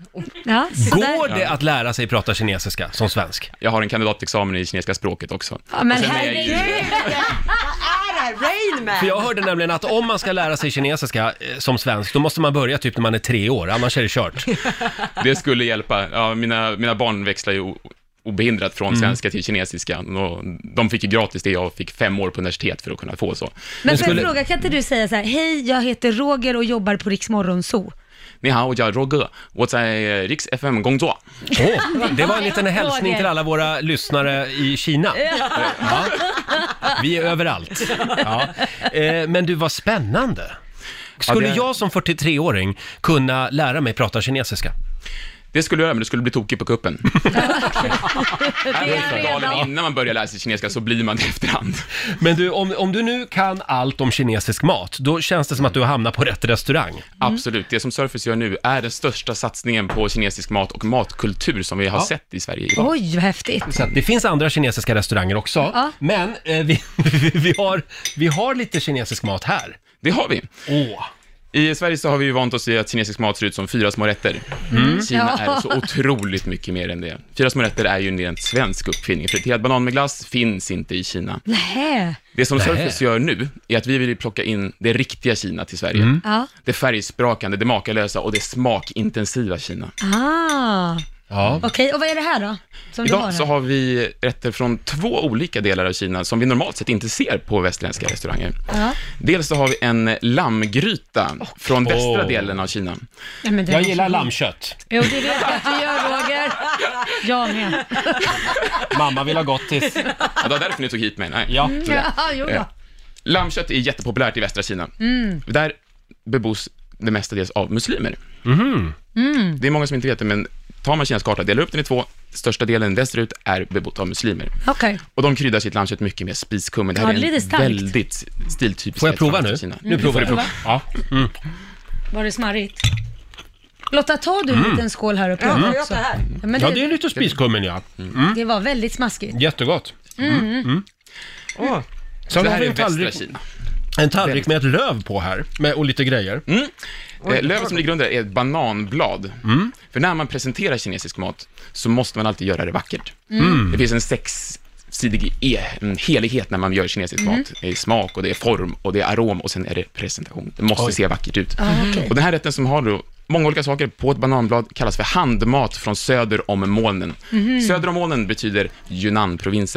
Ja, så där. Går det att lära sig prata kinesiska som svensk? Jag har en kandidatexamen i kinesiska språket också. Ja, men Och sen är jag ju- herregud. Rain Man! För jag hörde nämligen att om man ska lära sig kinesiska eh, som svensk, då måste man börja typ när man är tre år, annars är det kört. Det skulle hjälpa. Ja, mina, mina barn växlar ju o- obehindrat från svenska till kinesiska. Och de fick ju gratis det, jag fick fem år på universitet för att kunna få så. Men Men får skulle- jag fråga, kan inte du säga så här, hej, jag heter Roger och jobbar på Riks Morgonzoo. Ni hao, jag är Roger. Och så är Riks F M 工作. Åh, det var en liten hälsning Roger. till alla våra lyssnare i Kina. Ja. Vi är överallt. Ja. Eh, men du, var spännande. Skulle Ja, det- jag som fyrtiotre-åring kunna lära mig prata kinesiska? Det skulle jag göra, men det skulle bli tokigt på kuppen. Det är Dagen redan. innan man börjar lära sig kinesiska så blir man det efterhand. Men du, om, om du nu kan allt om kinesisk mat, då känns det som att du har hamnat på rätt restaurang. Absolut, det som Surfers gör nu är den största satsningen på kinesisk mat och matkultur som vi har Ja. sett i Sverige idag. Oj, vad häftigt. Så att det finns andra kinesiska restauranger också, Ja. men eh, vi, vi, har, vi har lite kinesisk mat här. Det har vi. Åh! I Sverige så har vi ju vant oss vid att kinesisk mat ser ut som fyra små rätter. Kina Ja. är så otroligt mycket mer än det. Fyra små rätter är ju en rent svensk uppfinning. Friterad banan med glass finns inte i Kina. Nej. Det som Nej. Surfers gör nu är att vi vill plocka in det riktiga Kina till Sverige. Ja. Det färgsprakande, det makalösa och det smakintensiva Kina. Ah. Ja. Okej, och vad är det här då? Som du har Idag här? så har vi rätter från två olika delar av Kina som vi normalt sett inte ser på västerländska restauranger. Ja. Dels så har vi en lammgryta från västra Åh. delen av Kina. Ja, men det Jag var gillar så- lammkött. Jo, det vet jag att du gör, Roger. Jag med. Mamma vill ha gottis. Ja, det var därför ni tog hit mig. Nej. Ja. Ja, jo Eh, då. Lammkött är jättepopulärt i västra Kina. Där bebos det mestadels av muslimer. Det är många som inte vet det, men tar man Kinas karta, delar upp den i två, största delen västerut är bebott av muslimer. Okej. Och de kryddar sitt lammkött mycket med spiskummin. Det här Ja, det är är en lite starkt. väldigt stiltypisk Får jag rätt från prova nu? västra Kina. Nu provar får du. du. Ja. Mm. Var det smarrigt? Lotta, tar du en liten skål här och Ja, prova jag också? tar här. Ja, men Ja, det, det är lite spiskummin, ja. det var väldigt smaskigt. Jättegott. Åh, Sen Det har här vi är en västra tallrik, Kina. en tallrik med ett löv på här, med, och lite grejer. Eh, lövet som ligger under är ett bananblad. För när man presenterar kinesisk mat så måste man alltid göra det vackert. Det finns en sexsidig e- en helighet när man gör kinesisk mat. Det är smak och det är form och det är arom och sen är det presentation. Det måste Oj. se vackert ut. Ah, okej. Och den här rätten som har då många olika saker på ett bananblad kallas för handmat från söder om molnen. Söder om molnen betyder Yunnan-provinsen.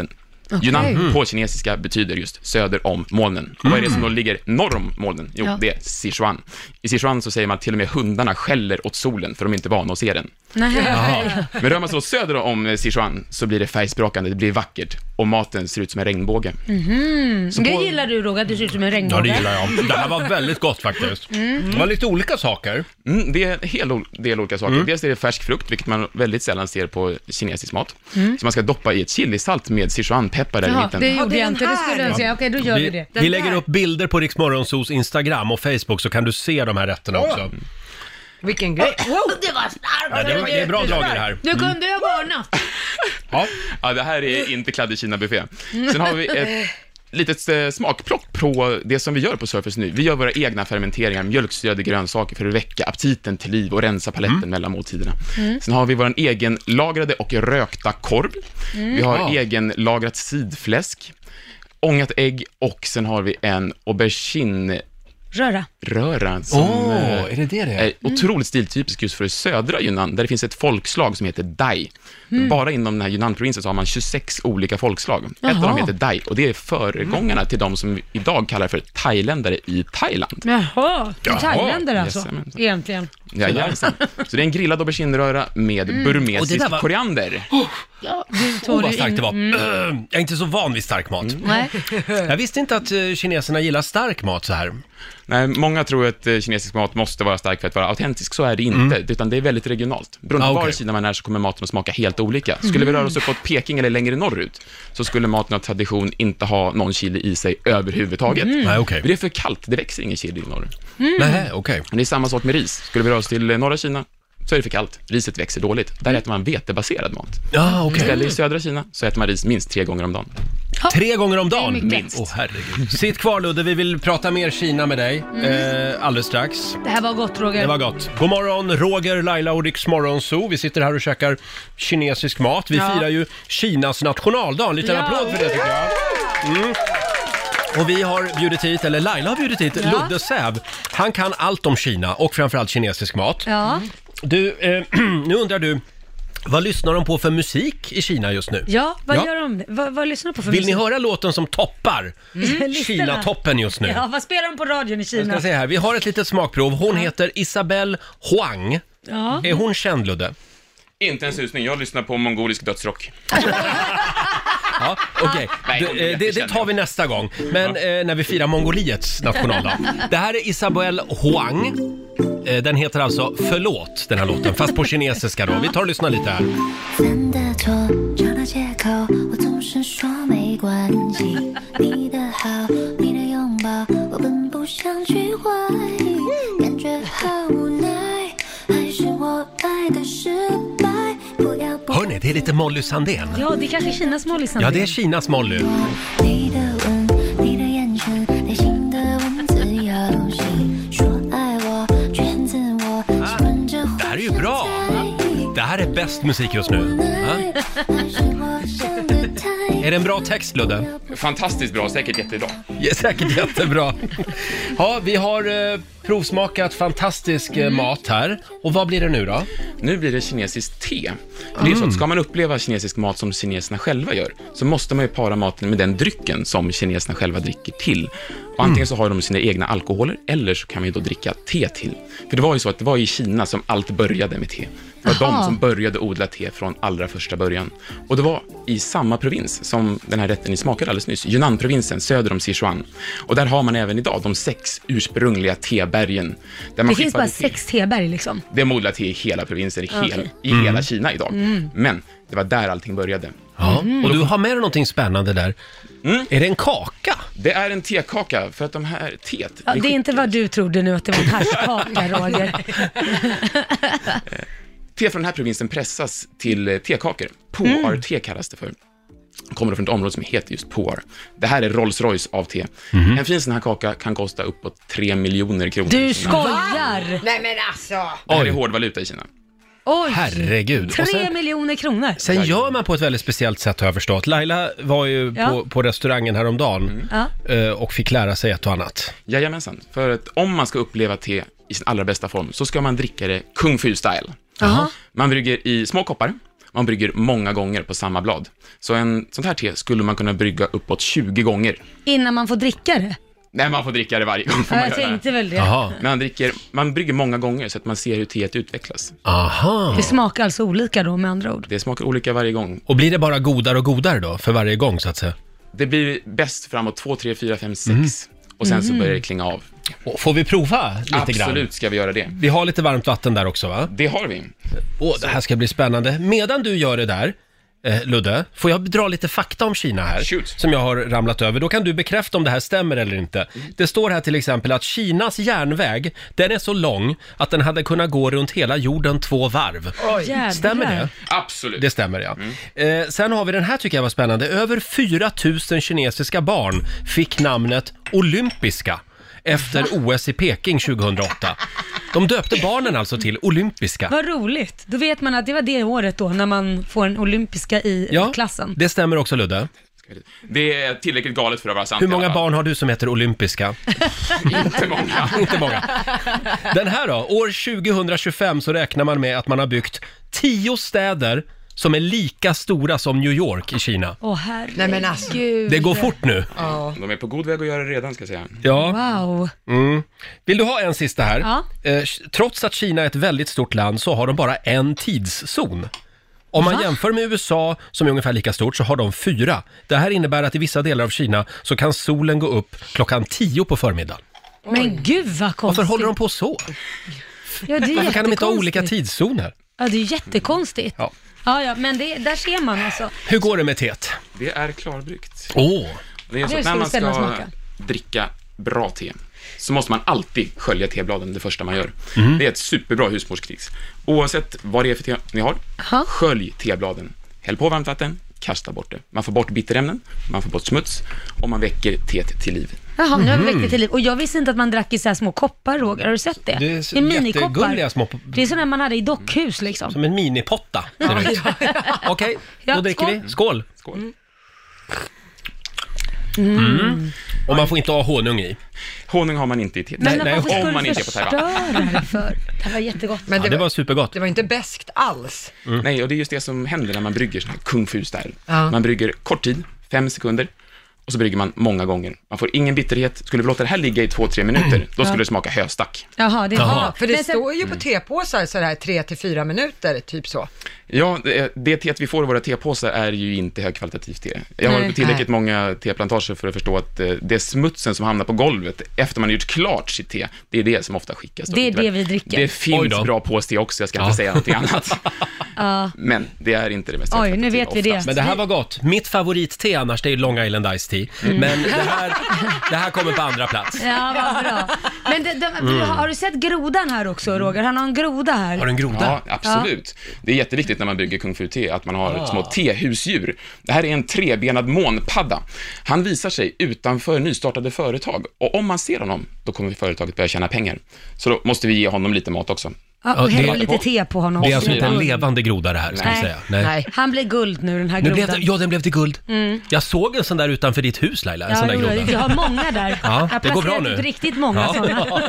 Okay. Yunnan mm. på kinesiska betyder just söder om molnen. Och vad är det som då ligger norr om molnen? Jo, ja. det är Sichuan. I Sichuan så säger man att till och med hundarna skäller åt solen för de är inte vana att se den. Nej. Men rör man sig då söder om Sichuan så blir det färgsprakande, det blir vackert och maten ser ut som en regnbåge. Mm-hmm. Så det på... gillar du, Roger, att det ser ut som en regnbåge? Ja, det gillar jag. Det här var väldigt gott faktiskt. Mm. Det var lite olika saker. Mm, det är en hel del olika saker. Mm. Dels är det färsk frukt, vilket man väldigt sällan ser på kinesisk mat. Mm. Så man ska doppa i ett chilisalt med Sichuan-peppar där i mitten. Det gjorde jag inte, det skulle jag säga. Okej, då gör vi, vi det. Vi, vi lägger upp bilder på Rix Morgonzos Instagram och Facebook så kan du se de här rätterna också. Mm. Vilken grej. Wow, det var starkt. Ja, det, var, det är bra drag i det här. Du kunde ju ha varnat. Ja. ja, det här är inte kladd i Kina-buffé. Sen har vi ett litet smakplock på det som vi gör på Surface nu. Vi gör våra egna fermenteringar, mjölksyrade grönsaker för att väcka aptiten till liv och rensa paletten mm. mellan måltiderna. Mm. Sen har vi vår egen lagrade och rökta korv. Mm. Vi har ja. egen lagrat sidfläsk, ångat ägg och sen har vi en aubergine Röra. Röra som oh, är, det det det är? är otroligt stiltypisk just för södra Yunnan, där det finns ett folkslag som heter Dai. Mm. Bara inom den här Yunnan-provinsen så har man tjugosex olika folkslag. Jaha. Ett av dem heter Dai och det är föregångarna till de som idag kallar för thailändare i Thailand. Jaha, Jaha. thailändare alltså, yes, egentligen. Ja, ja, så det är en grillad aubergine-röra med mm. burmesisk var... koriander. Oh. Ja, du oh, vad starkt det var. Mm. Jag är inte så van vid stark mat. Mm. Nej. Jag visste inte att uh, kineserna gillar stark mat så här. Nej, många tror att uh, kinesisk mat måste vara stark för att vara autentisk. Så är det inte, mm. utan det är väldigt regionalt. Beroende på ah, okay. var i Kina man är så kommer maten att smaka helt olika. Skulle mm. vi röra oss uppåt Peking eller längre norrut så skulle maten av tradition inte ha någon chili i sig överhuvudtaget. Mm. Nej, okay. Det är för kallt, det växer ingen chili i norr. Mm. Nej, okay. Det är samma sak med ris. Skulle vi röra oss till norra Kina så är det för kallt. Riset växer dåligt. Där äter man vetebaserad mat. Ja, okay. Istället i södra Kina så äter man ris minst tre gånger om dagen. Ha. Tre gånger om dagen? Minst. Åh, oh, herregud. Sitt kvar, Ludde. Vi vill prata mer Kina med dig mm. eh, alldeles strax. Det här var gott, Roger. Det var gott. God morgon, Roger, Laila och Rix Morgonzoo. Vi sitter här och käkar kinesisk mat. Vi ja. firar ju Kinas nationaldag. En liten ja. applåd för det, tycker jag. Mm. Och vi har bjudit hit, eller Laila har bjudit hit, ja. Ludde Säv. Han kan allt om Kina och framförallt kinesisk mat. Ja. Du, eh, nu undrar du, vad lyssnar de på för musik i Kina just nu? Ja, vad ja. gör de? Vad, vad lyssnar de på för Vill musik? ni höra låten som toppar mm. Kina-toppen just nu? Ja, vad spelar de på radion i Kina? Jag ska se här, vi har ett litet smakprov. Hon ja. heter Isabelle Huang. Ja. Är hon känd, Ludde? Inte en susning, jag lyssnar på mongolisk dödsrock. Ja, okej. Okay. Det, det tar vi nästa gång. Men ja. eh, när vi firar Mongoliets nationaldag. Det här är Isabelle Huang. Eh, den heter alltså Förlåt, den här låten. Fast på kinesiska då. Vi tar och lyssnar lite här. Hörrni, det är lite Molly Sandén. Ja, det är kanske Kinas Molly Sandén. Ja, det är Kinas Molly. Det här är ju bra. Det här är bäst musik just nu. Ja? Är det en bra text, Ludde? Fantastiskt bra, säkert jättebra. Ja, säkert jättebra. Ja, vi har eh, provsmakat fantastisk eh, mat här. Och vad blir det nu då? Nu blir det kinesiskt te. Mm. Det är så att ska man uppleva kinesisk mat som kineserna själva gör så måste man ju para maten med den drycken som kineserna själva dricker till. Och antingen så har de sina egna alkoholer eller så kan man ju då dricka te till. För det var ju så att det var i Kina som allt började med te. Det var Aha. de som började odla te från allra första början. Och det var i samma provins som den här rätten ni smakade alldeles nyss, Yunnan-provinsen söder om Sichuan. Och där har man även idag de sex ursprungliga tebergen. Där man det finns bara te. sex teberg liksom? Det modlar te i hela provinsen, i, okay. hel, i mm. hela Kina idag. Mm. Men det var där allting började. Ja. Mm. Och du har med dig någonting spännande där. Mm. Är det en kaka? Det är en tekaka för att de här teet... Ja, det är inte vad du trodde nu att det var en härskaka, Roger. Te från den här provinsen pressas till tekakor. Pu'er-te mm. kallas det för. Kommer från ett område som heter just Pu'er. Det här är Rolls-Royce av te. Mm. En fin sån här kaka kan kosta uppåt tre miljoner kronor. Du skojar! Nej men alltså! Det här är hård valuta i Kina. Oj, herregud. Tre sen, miljoner kronor. Sen gör man på ett väldigt speciellt sätt, har jag förstått. Laila var ju ja. på, på restaurangen häromdagen mm. och fick lära sig ett och annat. Jajamensan. För att om man ska uppleva te i sin allra bästa form så ska man dricka det kung fu style. Aha. Man brygger i små koppar man brygger många gånger på samma blad. Så en sånt här te skulle man kunna brygga uppåt tjugo gånger. Innan man får dricka det? Nej, man får dricka det varje gång. Ja, jag tänkte väl det. Aha. Men man, dricker, man brygger många gånger så att man ser hur teet utvecklas. Aha. Det smakar alltså olika då med andra ord? Det smakar olika varje gång. Och blir det bara godare och godare då för varje gång så att säga? Det blir bäst framåt två, tre, fyra, fem, sex. Mm. Och sen Mm. så börjar det klinga av. Och får vi prova lite Absolut grann? Absolut ska vi göra det. Vi har lite varmt vatten där också, va? Det har vi. Åh, det här ska bli spännande. Medan du gör det där, eh, Ludde, får jag dra lite fakta om Kina här? Shoot. Som jag har ramlat över. Då kan du bekräfta om det här stämmer eller inte. Mm. Det står här till exempel att Kinas järnväg, den är så lång att den hade kunnat gå runt hela jorden två varv. Oj. Stämmer det? Absolut. Det stämmer, ja. Mm. Eh, sen har vi den här, tycker jag var spännande. Över fyra tusen kinesiska barn fick namnet olympiska efter O S i Peking tjugohundraåtta. De döpte barnen alltså till olympiska. Vad roligt. Då vet man att det var det året då när man får en olympiska i ja, klassen. Det stämmer också, Ludde. Det är tillräckligt galet för att vara sant. Hur många barn har du som heter olympiska? Inte många. Inte många. Den här då, år tjugohundratjugofem så räknar man med att man har byggt tio städer som är lika stora som New York i Kina. Åh, herregud. Nej, men alltså. Det går fort nu. Ja. De är på god väg att göra det redan, ska jag säga. Ja. Wow. Mm. Vill du ha en sista här? Ja. Eh, trots att Kina är ett väldigt stort land så har de bara en tidszon. Om man Va? jämför med U S A som är ungefär lika stort så har de fyra. Det här innebär att i vissa delar av Kina så kan solen gå upp klockan tio på förmiddagen. Men gud vad konstigt. Varför håller de på så? Ja, det är Varför kan de inte ha olika jättekonstigt. tidszoner? Ja, det är jättekonstigt. Ja. Ja, ja, men det, där ser man alltså. Hur går det med teet? Det är klarbryggt. Åh! Oh. Det är så Nu att ska när vi man ställa ska smaka. dricka bra te så måste man alltid skölja tebladen det första man gör. Mm. Det är ett superbra husmorstricks. Oavsett vad det är för te ni har, Aha. skölj tebladen. Häll på varmt vatten, kasta bort det. Man får bort bitterämnen, man får bort smuts och man väcker teet till liv. Jaha, nu har vi väckt det till liv. Och jag visste inte att man drack i så här små koppar, Roger. Har du sett det? Det är så det är minikoppar. jättegulliga små... Det är sådana man hade i dockhus liksom. Som en minipotta. ser det ut. Okej, Ja, då dricker skål. vi. Skål! Skål. Mm. Och man får inte ha honung i. Honung har man inte i teet. Men nej, varför om ska man du inte är på Taiwan. förstöra det för? Det var jättegott. Men Ja, det, det var, var supergott. det var inte bäst alls. Mm. Nej, och det är just det som händer när man brygger sån här kung fu style. Ja. Man brygger kort tid, fem sekunder, och så brygger man många gånger. Man får ingen bitterhet. Skulle vi låta det här ligga i två, tre minuter, då skulle det smaka höstack. Jaha, det Jaha. var. För det Men sen- står ju på tepåsar så här tre till fyra minuter, typ så. Ja, det, det teet vi får i våra tepåsar är ju inte högkvalitativt te. Jag har Nej. på tillräckligt Nej. många teplantager för att förstå att eh, det är smutsen som hamnar på golvet efter man har gjort klart sitt te, det är det som ofta skickas. då. Det är det vi dricker. Det Oj finns då. bra påste också, jag ska Ja. inte säga någonting annat. Ja. Men det är inte det mest Oj, nu högkvalitativa vet vi det. oftast. Men det här var gott. Mitt favoritte annars det är Long Island Ice Tea. Mm. Men det här, det här kommer på andra plats. Ja, vad bra. Men det, de, Mm. har du sett grodan här också, Roger? Han har en groda här. Har du en groda? Ja, absolut. Det är jätteviktigt när man bygger kung fu-te att man har Ah. små tehusdjur. Det här är en trebenad månpadda. Han visar sig utanför nystartade företag och om man ser honom, då kommer företaget börja tjäna pengar. Så då måste vi ge honom lite mat också. Ja, Ja, och det- hälla lite te på honom. Det är alltså inte en Mm. levande groda det här, ska vi Nej. säga. Nej. Nej. Han blir guld nu, den här Nu grodan. blev det, ja, den blev till guld. Mm. Jag såg en sån där utanför ditt hus, Laila. En Ja, sån där jo, groda. jag har många där. Ja, jag det går bra placerat nu. ut riktigt många Ja. sådana.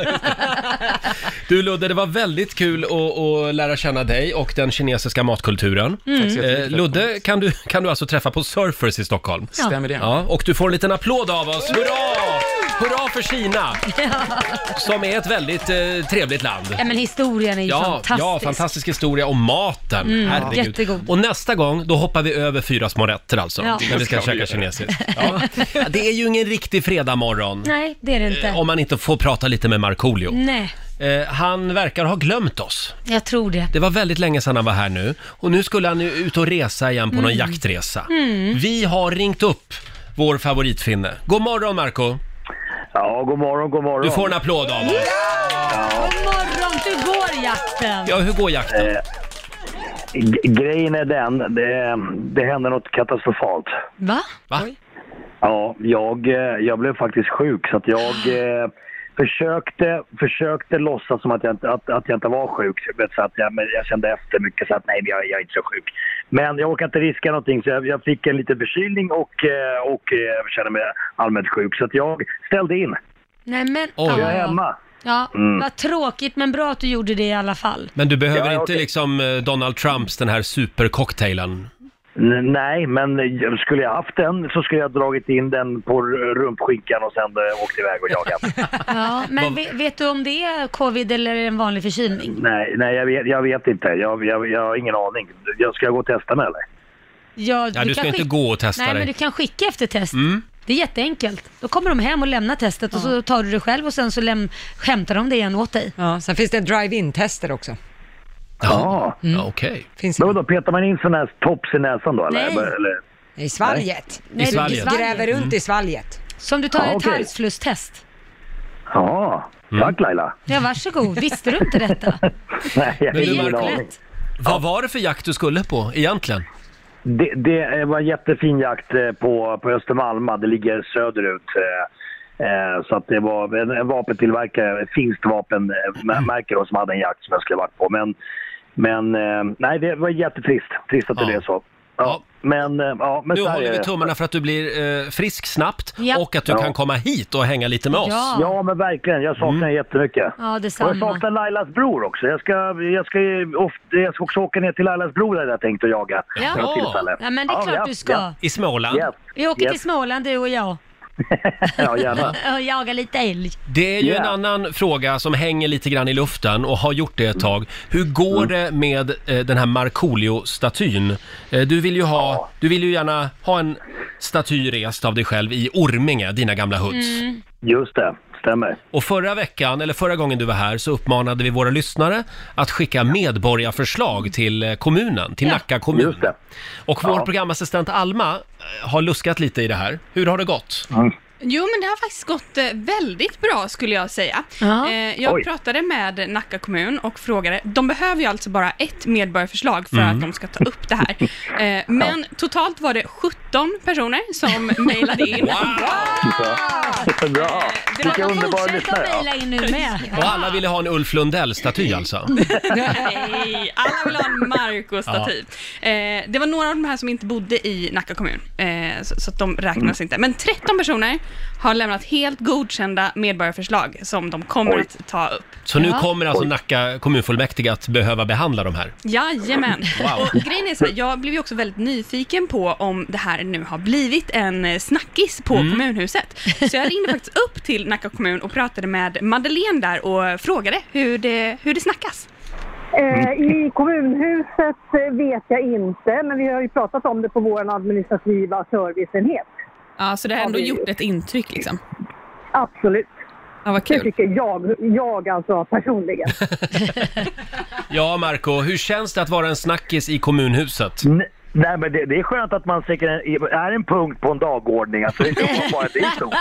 Du Ludde, det var väldigt kul att, att lära känna dig och den kinesiska matkulturen. Tack så jättemycket. Eh, Ludde kan du, kan du alltså träffa på Surfers i Stockholm. Stämmer det? Ja, och du får en liten applåd av oss. Hurra! Hurra för Kina! Som är ett väldigt eh, trevligt land. Ja, men historien är ju Ja, fantastisk. ja, fantastisk historia och maten. Mm, Herregud. jättegod. Och nästa gång, då hoppar vi över fyra små rätter alltså. Ja. När vi ska Det ska vi käka göra. kinesiskt. Ja. Ja, det är ju ingen riktig fredagmorgon. Nej, det är det inte. eh, Om man inte får prata lite med Markoolio. Nej, Eh, han verkar ha glömt oss. jag tror det. Det var väldigt länge sedan han var här nu. Och nu skulle han nu ut och resa igen på Mm. någon jaktresa. Vi har ringt upp vår favoritfinne. God morgon Marco. Ja, god morgon, god morgon. Du får en applåd av oss. God morgon, hur går jakten? Ja, hur går jakten? Eh, g- grejen är den, det, det hände något katastrofalt. Va? Va? Ja, jag, eh, jag blev faktiskt sjuk så att jag eh, försökte, försökte låtsas som att jag, inte- att, att jag inte var sjuk. Så att jag, men jag kände efter mycket så att nej, jag, jag är inte så sjuk. Men jag orkade inte riska någonting så jag, jag fick en liten förkylning och, eh, och eh, kände mig allmänt sjuk. Så att jag ställde in. Nej men, Oj. Jag är ja. hemma. Ja, Mm. vad tråkigt, men bra att du gjorde det i alla fall. Men du behöver Ja, inte okej. liksom eh, Donald Trumps, den här supercocktailen. N- Nej, men eh, skulle jag haft den så skulle jag dragit in den på r- rumpskinkan och sen eh, åkt iväg och jagat. Ja, men vet, vet du om det är covid eller en vanlig förkylning? nej, nej jag, vet, jag vet inte. Jag, jag, jag har ingen aning. Jag ska gå och testa mig eller? Ja, Ja, du ska kan inte skick- gå och testa Nej, dig. men du kan skicka efter test. Mm. Det är jätteenkelt. Då kommer de hem och lämnar testet och så tar du det själv och sen så läm- hämtar de det igen åt dig. Ja, sen finns det drive-in-tester också. Ja. Ja, okej. Finns Men då petar man in sån här tops i näsan då eller? Nej. eller? I svalget. Nej, I svalget. Du gräver runt i svalget. Som du tar Ja, ett okej. halsflusstest. Ja, tack Laila. Ja, varsågod. Visste du inte detta? Nej, jag har Men du, ingen Marco, aning. Vad var det för jakt du skulle på egentligen? Det, det var en jättefin jakt eh, på, på Östermalma. Det ligger söderut. Eh, eh, så att det var en, en vapentillverkare, ett finskt vapenmärke då, som hade en jakt som jag skulle varit på. Men, men eh, nej, det var jättetrist. Trist att det Ja. blev så. Ja, Ja. Men, eh, ja, men Nu så här håller är vi det. tummarna för att du blir eh, frisk snabbt Ja. och att du Ja. kan komma hit och hänga lite med oss. Ja. Ja, men verkligen. Jag saknar Mm. jättemycket. Ja, Och detsamma. jag saknar Lailas bror också. Jag ska, jag ska, ju ofta, jag ska också åka ner till Lailas bror där jag tänkt att jaga. Ja. vid något tillfälle. Ja, men det är Ja, klart ja, du ska. ja. I Småland. Yes. Vi åker Yes. till Småland, du och jag. Ja, gärna. Och jagar lite älg. Det är ju Yeah. en annan fråga som hänger lite grann i luften och har gjort det ett tag. Hur går det med eh, den här Markoolio-statyn? Eh, du vill ju ha, du vill ju gärna ha en staty rest av dig själv i Orminge, dina gamla hoods. Just det, stämmer. Och förra veckan, eller förra gången du var här, så uppmanade vi våra lyssnare att skicka medborgarförslag till eh, kommunen, till Nacka kommun. Just det. Och vår Ja. programassistent Alma eh, har luskat lite i det här. Hur har det gått? Jo, men det har faktiskt gått eh, väldigt bra skulle jag säga. Ja. Eh, jag Oj. pratade med Nacka kommun och frågade, de behöver ju alltså bara ett medborgarförslag för att de ska ta upp det här. Eh, men totalt var det sjutton personer som mejlade in. Ja. Bra. det var Vilka underbara Fortsätt lyssnare. att Ja. mejla in nu med. Och alla ville ha en Ulf Lundell-staty alltså. Nej, alla vill ha en Marco-staty. Eh, det var några av de här som inte bodde i Nacka kommun, eh, så, så att de räknas inte. Men tretton personer har lämnat helt godkända medborgarförslag som de kommer Oj. att ta upp. Så nu Ja. kommer alltså Nacka kommunfullmäktige att behöva behandla de här. Jajamän. Wow. Och grejen är så här, jag blev ju också väldigt nyfiken på om det här nu har blivit en eh, snackis på Mm. kommunhuset. Så jag ringde faktiskt upp till Nacka kommun och pratade med Madeleine där och frågade hur det, hur det snackas. Eh, I kommunhuset eh, vet jag inte, men vi har ju pratat om det på vår administrativa serviceenhet. Ja, så det har ändå gjort ett intryck liksom. Absolut. Ja, vad Det kul. tycker jag, jag alltså personligen. Ja, Marco, hur känns det att vara en snackis i kommunhuset? N- Nej, men det, det är skönt att man säkert är en punkt på en dagordning. Alltså, det är bara det är stort.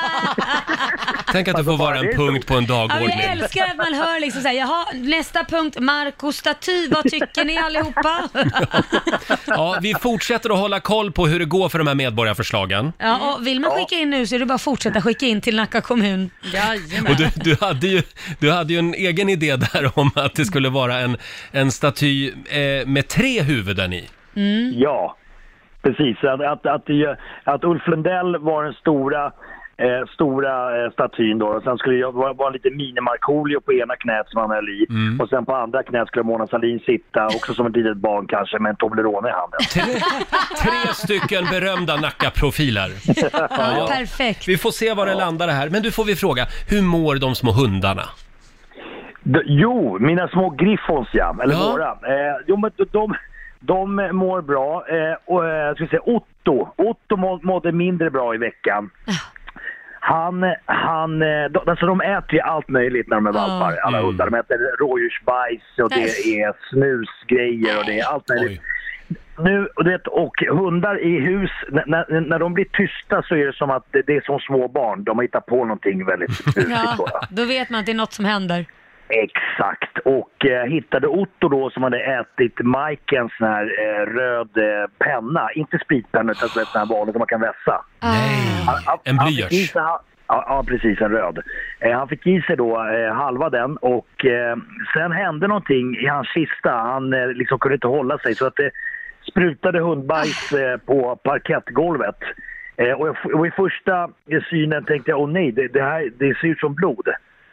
Tänk att du får vara en punkt på en Ja, dagordning. jag älskar att man hör liksom såhär, jaha, nästa punkt, Marco staty, vad tycker ni allihopa? Ja, vi fortsätter att hålla koll på hur det går för de här medborgarförslagen. Ja, och vill man skicka in nu så är det bara att fortsätta skicka in till Nacka kommun. Jajamän. Och du, du, hade ju, du hade ju en egen idé där om att det skulle vara en, en staty eh, med tre huvuden i. Ja, precis. Att, att, att, det- att Ulf Lundell var den stora, eh, stora eh, statyn då. Och sen skulle jag vara, vara lite mini-Markoolio på ena knät som han höll i. Och sen på andra knät skulle Mona Sahlin sitta, också som ett litet barn kanske, med en Toblerone i handen. Tre, tre stycken berömda Nacka-profiler. Ja, perfekt. Vi får se var det landar det här. Men du, får vi fråga, hur mår de små hundarna? D- jo, mina små griffons, ja. Eller Ja. våra. Eh, jo, men de, de, de mår bra. Eh, och, eh, jag ska säga, Otto. Otto må, mådde mindre bra i veckan. Han, han, eh, de, alltså de äter ju allt möjligt när de är valpar, alla Mm. hundar. De äter rådjursbajs och det Nej. är snusgrejer och det är allt möjligt. Oj. Nu, och, det, och hundar i hus, när, när, när de blir tysta så är det som att det, det är som små barn. De har hittat på någonting väldigt busigt. Ja, bara. då vet man att det är något som händer. Exakt. Och eh, hittade Otto då som hade ätit Majkens sån här eh, röd eh, penna. Inte spritpenna utan sån här vanlig som man kan vässa. Nej, Han- han- en han fick i blyerts. sig- han- Ja, ja, precis, en röd. Eh, han fick i sig då eh, halva den och eh, sen hände någonting i hans kista. Han eh, liksom kunde inte hålla sig så att det sprutade hundbajs eh, på parkettgolvet. Eh, och, jag, och i första synen tänkte jag, åh nej, det, det här det ser ut som blod.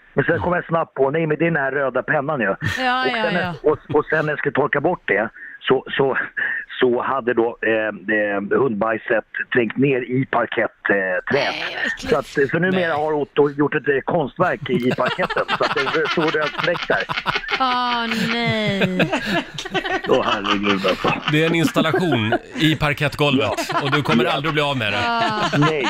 Men sen kom jag snabbt på, nej men det är den här röda pennan ju. Ja, och, sen, ja, ja. och, och sen när jag skulle torka bort det så, så, så hade då eh, eh, hundbajset trängt ner i parkettträd. Eh, så, att, så numera har Otto gjort ett eh, konstverk i parketten så att det är en stor röd fläck där. Åh nej. Åh oh, herregud alltså. Det är en installation i parkettgolvet ja. och du kommer ja. aldrig att bli av med det. Ah. Nej.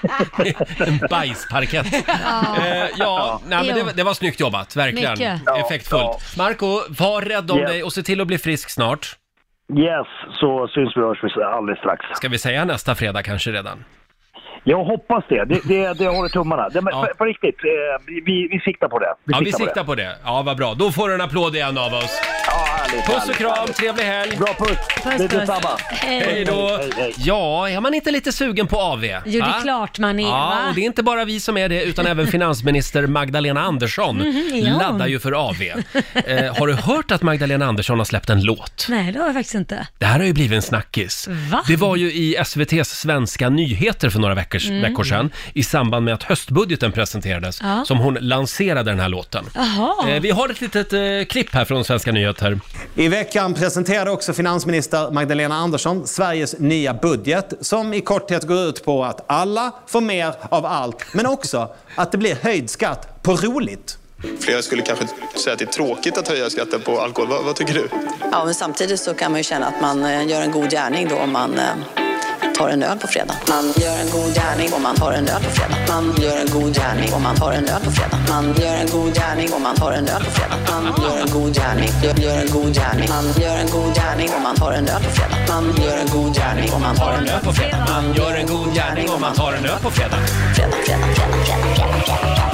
En bajsparkett. Ah. Eh, ja, nej, men det, det var snyggt jobbat, verkligen. Mycket. Effektfullt. Ja. Marco, var rädd om Yes. dig och se till att bli frisk snart. Yes, så syns vi och hörs vi alldeles strax. Ska vi säga nästa fredag kanske redan? Jag hoppas det. Det, det, det håller tummarna. Det, Ja. på, på riktigt, eh, vi, vi siktar på det. Vi ja, vi siktar siktar på det. på det. Ja, vad bra. Då får du en applåd igen av oss. Ja, härligt, puss och härligt, kram, härligt. trevlig helg. Bra puss. Puss, Det är puss. detsamma. Hej. Hej då. Hej, hej. Ja, är man inte lite sugen på A V? Jo, det Va? är klart man är, Ja, va? och det är inte bara vi som är det, utan även finansminister Magdalena Andersson Mhm, ja. laddar ju för A V. Eh, har du hört att Magdalena Andersson har släppt en låt? Nej, det har jag faktiskt inte. Det här har ju blivit en snackis. Va? Det var ju i S V T:s svenska nyheter för några veckors, Mm. veckor sedan i samband med att höstbudgeten presenterades Ja. som hon lanserade den här låten. Jaha. Eh, vi har ett litet eh, klipp här från Svenska nyheter. I veckan presenterade också finansminister Magdalena Andersson Sveriges nya budget som i korthet går ut på att alla får mer av allt, men också att det blir höjd skatt på roligt. Flera skulle kanske säga att det är tråkigt att höja skatten på alkohol. Vad, vad tycker du? Ja, men samtidigt så kan man ju känna att man eh, gör en god gärning då om man eh, tar en öl på fredag. Man gör en god gärning om man tar en öl på fredag. Man gör en god gärning om man tar en öl på fredag. Man gör en god gärning om man tar en öl på fredag. Man gör en god gärning, gör, gör en god gärning. Man gör en god gärning om man tar en öl på fredag. Man gör en god gärning om man tar en öl på fredag. Man gör en god gärning om man tar en öl på fredag. Fredag, fredag, fredag, fredag, fredag, fredag.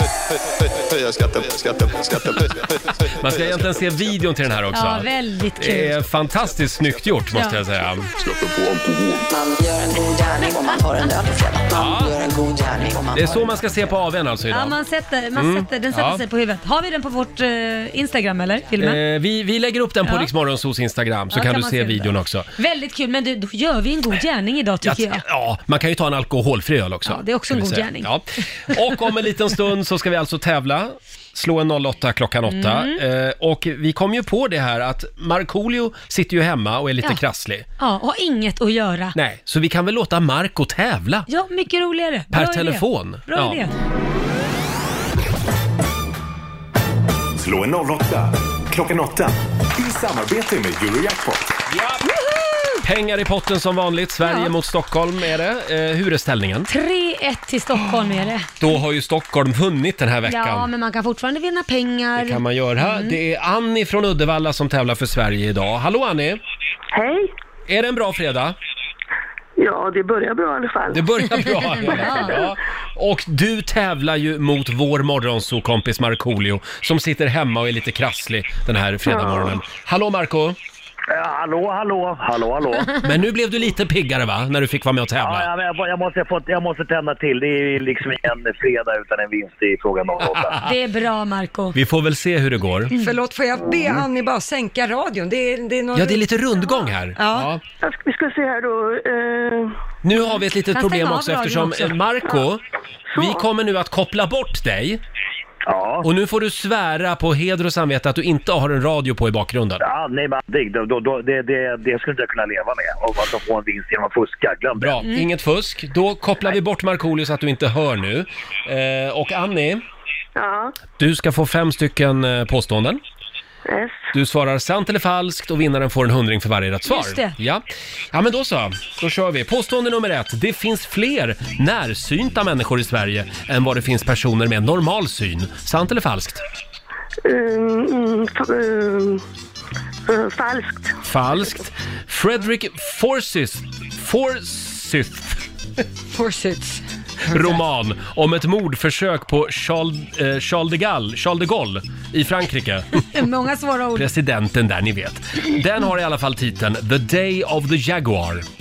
Höja skatten, skatten, skatten. Man ska egentligen se videon till den här också. Ja, väldigt kul. Det är fantastiskt snyggt gjort måste Ja. jag säga. Skatten på alkohol. Man gör en god gärning om man tar en öl på fredag. Man gör en god gärning om man Det är tar så en man ska se på A V:n alltså idag. Ja, man sätter, man Mm. sätter, den sätter Ja. sig på huvudet. Har vi den på vårt eh, Instagram eller? Filmen? Eh, vi, vi lägger upp den på Ja. Rix Morgonzos Instagram så Ja, kan, kan du man se se det videon där. också. Väldigt kul, men du, då gör vi en god gärning idag tycker jag. Ja, man kan ju ta en alkoholfri öl också. Ja, det är också kan en vi god säga. gärning. Ja. Och om en liten stund så ska vi alltså tävla. Slå en noll åtta klockan åtta. Mm. Eh, och vi kom ju på det här att Markoolio sitter ju hemma och är lite Ja. krasslig. Ja, och har inget att göra. Nej, så vi kan väl låta Marco tävla Ja, mycket roligare. per Bra telefon. Idé. Bra Ja. idé. Slå en noll åtta klockan åtta i samarbete med Eurojackpot. Pengar i potten som vanligt. Sverige Ja. mot Stockholm är det. Eh, hur är ställningen? tre ett till Stockholm är det. Då har ju Stockholm vunnit den här veckan. Ja, men man kan fortfarande vinna pengar. Det kan man göra. Mm. Det är Annie från Uddevalla som tävlar för Sverige idag. Hallå Annie! Hej! Är det en bra fredag? Ja, det börjar bra i alla fall. Det börjar bra i alla fall, ja. Och du tävlar ju mot vår morgonsokompis Markoolio som sitter hemma och är lite krasslig den här fredagmorgonen. Hallå Marco! Ja, hallå, hallå, hallå, hallå. Men nu blev du lite piggare va, när du fick vara med och tävla? Ja, jag, jag, måste, jag, få, jag måste tända till. Det är liksom en fredag utan en vinst i frågan om åtta. Det är bra Marco. Vi får väl se hur det går. Mm. Förlåt, får jag be Annie bara sänka radion? Det är, det är någon... Ja, det är lite rundgång här. Ja. Ja. Vi ska se här då. Eh... Nu har vi ett litet Kan problem stänga av också radion eftersom också. eh, Marco, Ja. vi kommer nu att koppla bort dig. Ja. Och nu får du svära på heder och samvete att du inte har en radio på i bakgrunden. Ja, nej men det, då, då, det, det, det skulle inte jag kunna leva med. Och att de får en vinst genom att fuska. Glöm det. Bra, inget fusk. Då kopplar vi bort Markoolio så att du inte hör nu. Eh, och Annie, Ja. du ska få fem stycken eh, påståenden. Yes. Du svarar sant eller falskt och vinnaren får en hundring för varje rätt svar. Just det. Ja. Ja, men då så. Då kör vi. Påstående nummer ett. Det finns fler närsynta människor i Sverige än vad det finns personer med normal syn. Sant eller falskt? Mm, mm, f- mm, eh, falskt. Falskt. Frederick Forsyth Forsyth Forsyth roman om ett mordförsök på Charles, eh, Charles de Gaulle, Charles de Gaulle i Frankrike. Många svåra ord. Presidenten där, ni vet. Den har i alla fall titeln The Day of the Jaguar. Eh,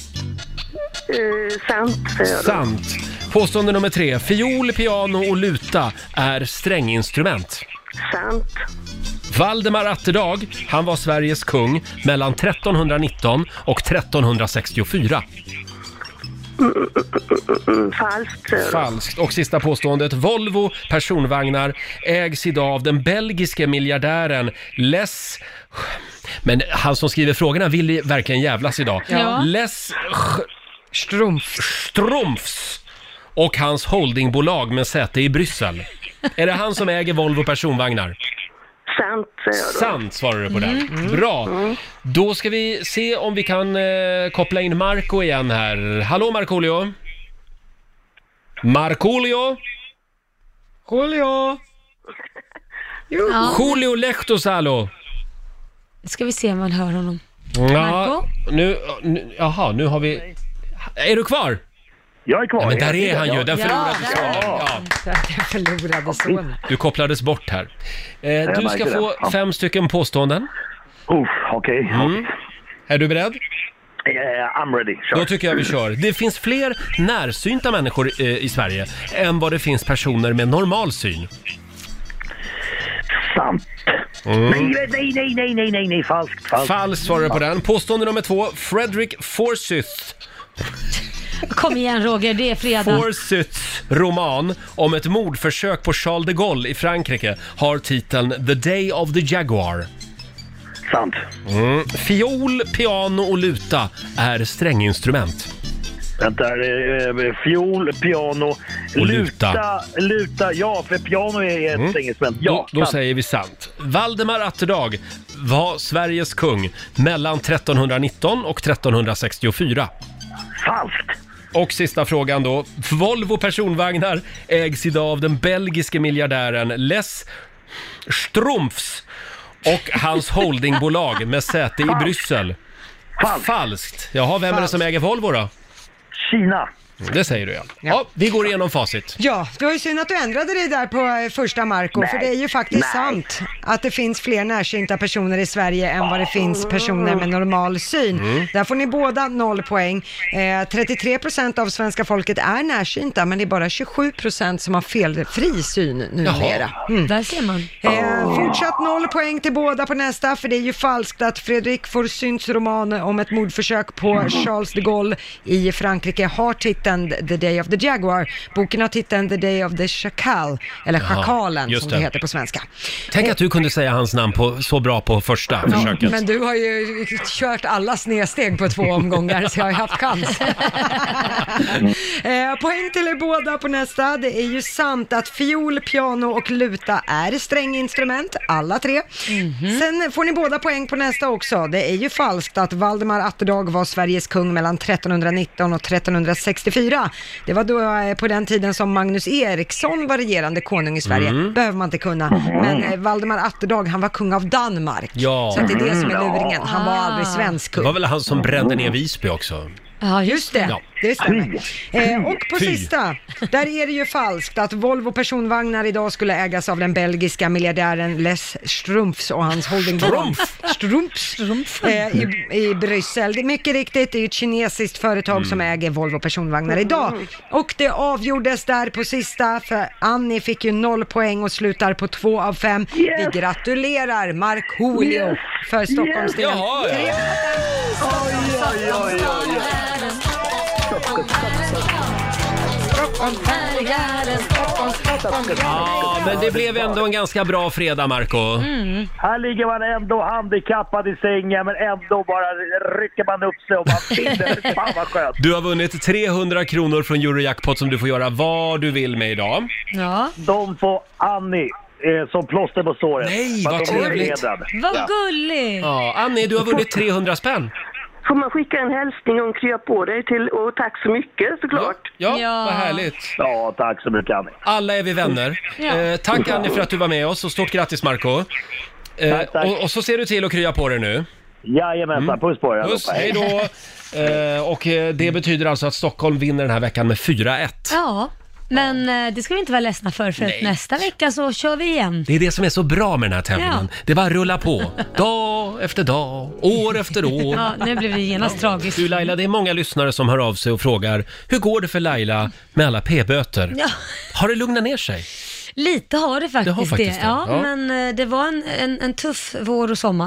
sant, säger jag då. Sant. Påstående nummer tre. Fiol, piano och luta är stränginstrument. Sant. Valdemar Atterdag, han var Sveriges kung mellan trettonhundranitton och trettonhundrasextiofyra. Mm, mm, falskt. säger du. Falskt. Och sista påståendet. Volvo personvagnar ägs idag av den belgiske miljardären Les... Men han som skriver frågorna vill verkligen jävlas idag. Ja. Les Strumpf. Strumfs och hans holdingbolag med säte i Bryssel. Är det han som äger Volvo personvagnar? Sant, säger du. Sant svarar du på den. Mm. Bra. Mm. Då ska vi se om vi kan eh, koppla in Marco igen här. Hallå Markoolio? Markoolio? Julio? Ja. Julio Lehtosalo. Ska vi se om man hör honom. Ja, Marco? nu, nu, jaha, nu har vi... Är du kvar? Jag är kvar. Ja, men där är han ju, Ja. den förlorade Ja, sonen. Ja. Den förlorade sonen. Du kopplades bort här. Eh, Jag du ska märker få det. Ja. fem stycken påståenden. Uff, okej. Mm. Är du beredd? Yeah, I'm ready. Kör. Då tycker jag vi kör. Det finns fler närsynta människor eh, i Sverige än vad det finns personer med normal syn. Sant. Mm. Nej, nej, nej, nej, nej, nej, nej, falskt. Falskt, Falskt svarar på den. Påstående nummer två. Frederick Forsyth. Kom igen Roger, det är fredag. Forsyths roman om ett mordförsök på Charles de Gaulle i Frankrike har titeln The Day of the Jaguar. Sant. Mm. Fiol, piano och luta är stränginstrument. Vänta, eh, fiol, piano, Och luta. luta. Luta, ja, för piano är ett Mm. instrument. Ja, Då, då sant. säger vi sant. Valdemar Atterdag var Sveriges kung mellan trettonhundranitton och trettonhundrasextiofyra. Falskt. Och sista frågan då. Volvo personvagnar ägs idag av den belgiske miljardären Les Strumpfs och hans holdingbolag med säte i Bryssel. Falskt. Falskt. Jaha, vem är det som äger Volvo då? Kina. Det säger du ja. Ja, vi går igenom facit. Ja, det var ju synd att du ändrade dig där på eh, första Marco, Nej. för det är ju faktiskt Nej. sant att det finns fler närsynta personer i Sverige än vad det finns personer med normal syn. Mm. Där får ni båda noll poäng. Eh, trettiotre procent av svenska folket är närsynta, men det är bara tjugosju procent som har felfri syn numera. Mm. Där ser man. Eh, fortsatt noll poäng till båda på nästa, för det är ju falskt att Fredrik Forsyths roman om ett mordförsök på Charles de Gaulle i Frankrike har titeln The Day of the Jaguar. Boken har titeln The Day of the Chacal, eller Jaha, Schakalen just som det. det heter på svenska. Tänk att du kunde säga hans namn på, så bra på första försöket. Men du har ju kört alla snedsteg på två omgångar, så jag har haft chans. eh, poäng till er båda på nästa. Det är ju sant att fiol, piano och luta är stränginstrument, alla tre. Mm-hmm. Sen får ni båda poäng på nästa också. Det är ju falskt att Valdemar Atterdag var Sveriges kung mellan trettonhundranitton och trettonhundrasextiofyra. Det var då eh, på den tiden som Magnus Eriksson var regerande konung i Sverige. Mm. Behöver man inte kunna. Men eh, Valdemar Atterdag, han var kung av Danmark. Ja. Så att det är det som är luringen. Han var Ah. aldrig svensk Det kung. var väl han som brände ner Visby också. Ja, Just det, Ja. det stämmer. Eh, och på Fy. sista, där är det ju falskt att Volvo personvagnar idag skulle ägas av den belgiska miljardären Les Strumpfs och hans holdingbolag. Strumpfs. Eh, i, i Bryssel. Det är mycket riktigt, det är ju ett kinesiskt företag som äger Volvo personvagnar idag. Och det avgjordes där på sista, för Annie fick ju noll poäng och slutar på två av fem. Yes. Vi gratulerar Markoolio Yes. för Stockholms del. Jaha, ja. Tre- Oj, oj, oj, oj, oj. Ja, men det blev ändå en ganska bra fredag, Marco. Mm. Här ligger man ändå handikappad i sängen, men ändå bara rycker man upp sig och man vinner. Fan vad skönt. Du har vunnit trehundra kronor från Eurojackpot som du får göra vad du vill med idag. Ja. De får Annie eh, som plåster på såret. Nej, För att vad de är trevligt. förnedrade. Vad gulligt! Ja, Annie, du har vunnit trehundra spänn. Får man skicka en hälsning och krya på dig till, och tack så mycket såklart. Ja, Ja. vad härligt. Ja, tack så mycket Annie. Alla är vi vänner. Ja. Eh, tack Annie för att du var med oss och stort grattis Marco. Eh, Tack, tack. och, och så ser du till att krya på dig nu. Jajamensan, puss på er. Puss, allihopa. hej då. Eh, och eh, det betyder alltså att Stockholm vinner den här veckan med fyra ett. Ja, men eh, det ska vi inte vara ledsna för, för att Nej. nästa vecka så kör vi igen. Det är det som är så bra med den här tävlingen. Ja. Det bara rullar på. Dag efter dag, år efter år. Ja, nu blir det genast tragiskt. Du Laila, det är många lyssnare som hör av sig och frågar hur går det för Laila med alla p-böter? Ja. Har det lugnat ner sig? Lite har det faktiskt Det har faktiskt det, Ja, ja. men eh, det var en, en, en tuff vår och sommar.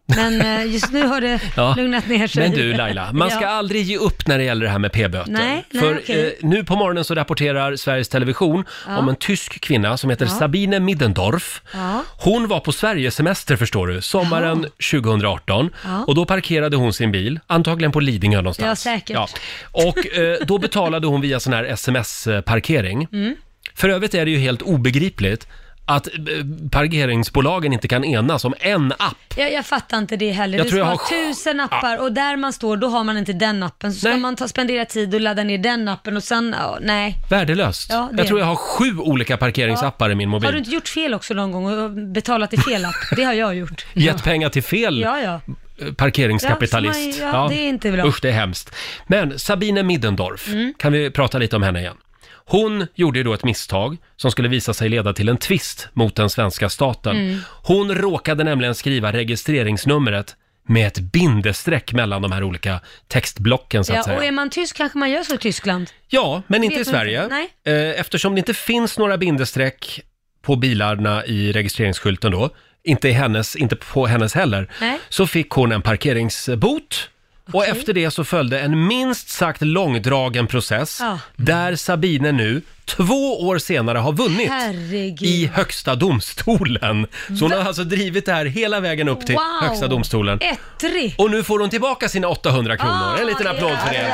Men eh, just nu har det Ja. lugnat ner sig. Men du Laila, man ska Ja. aldrig ge upp när det gäller det här med p-böter. Nej, nej, För okej. eh, nu på morgonen så rapporterar Sveriges Television Ja. om en tysk kvinna som heter Ja. Sabine Middendorf. Ja. Hon var på Sverigesemester förstår du, sommaren tjugohundraarton. Ja. Och då parkerade hon sin bil, antagligen på Lidingö någonstans. Ja, säkert. Och eh, då betalade hon via sån här sms-parkering. Mm. För övrigt är det ju helt obegripligt att eh, parkeringsbolagen inte kan enas om en app. Jag, jag fattar inte det heller. Jag det tror ska jag vara har- tusen appar och där man står, då har man inte den appen. Så ska man ta, spendera tid och ladda ner den appen och sen, ja, nej. Värdelöst. Ja, det- Jag tror jag har sju olika parkeringsappar i min mobil. Har du inte gjort fel också någon gång och betalat till fel app? Det har jag gjort. Gett pengar till fel Ja, ja. parkeringskapitalist. Ja, så man- ja, det är inte bra. Usch, det är hemskt. Men Sabine Middendorf, Mm. kan vi prata lite om henne igen? Hon gjorde ju då ett misstag som skulle visa sig leda till en tvist mot den svenska staten. Mm. Hon råkade nämligen skriva registreringsnumret med ett bindestreck mellan de här olika textblocken så att Ja, säga. och är man tysk kanske man gör så i Tyskland. Ja, men inte i Vet man Sverige. inte. Nej. Eh, Eftersom det inte finns några bindestreck på bilarna i registreringsskylten då, inte, i hennes, inte på hennes heller, Nej. så fick hon en parkeringsbot. Och efter det så följde en minst sagt långdragen process Ja. där Sabine nu två år senare har vunnit Herregud. i Högsta domstolen. Så hon har alltså drivit det här hela vägen upp till Wow. Högsta domstolen. Ettrig. Och nu får hon tillbaka sina åttahundra kronor. En liten applåd för det.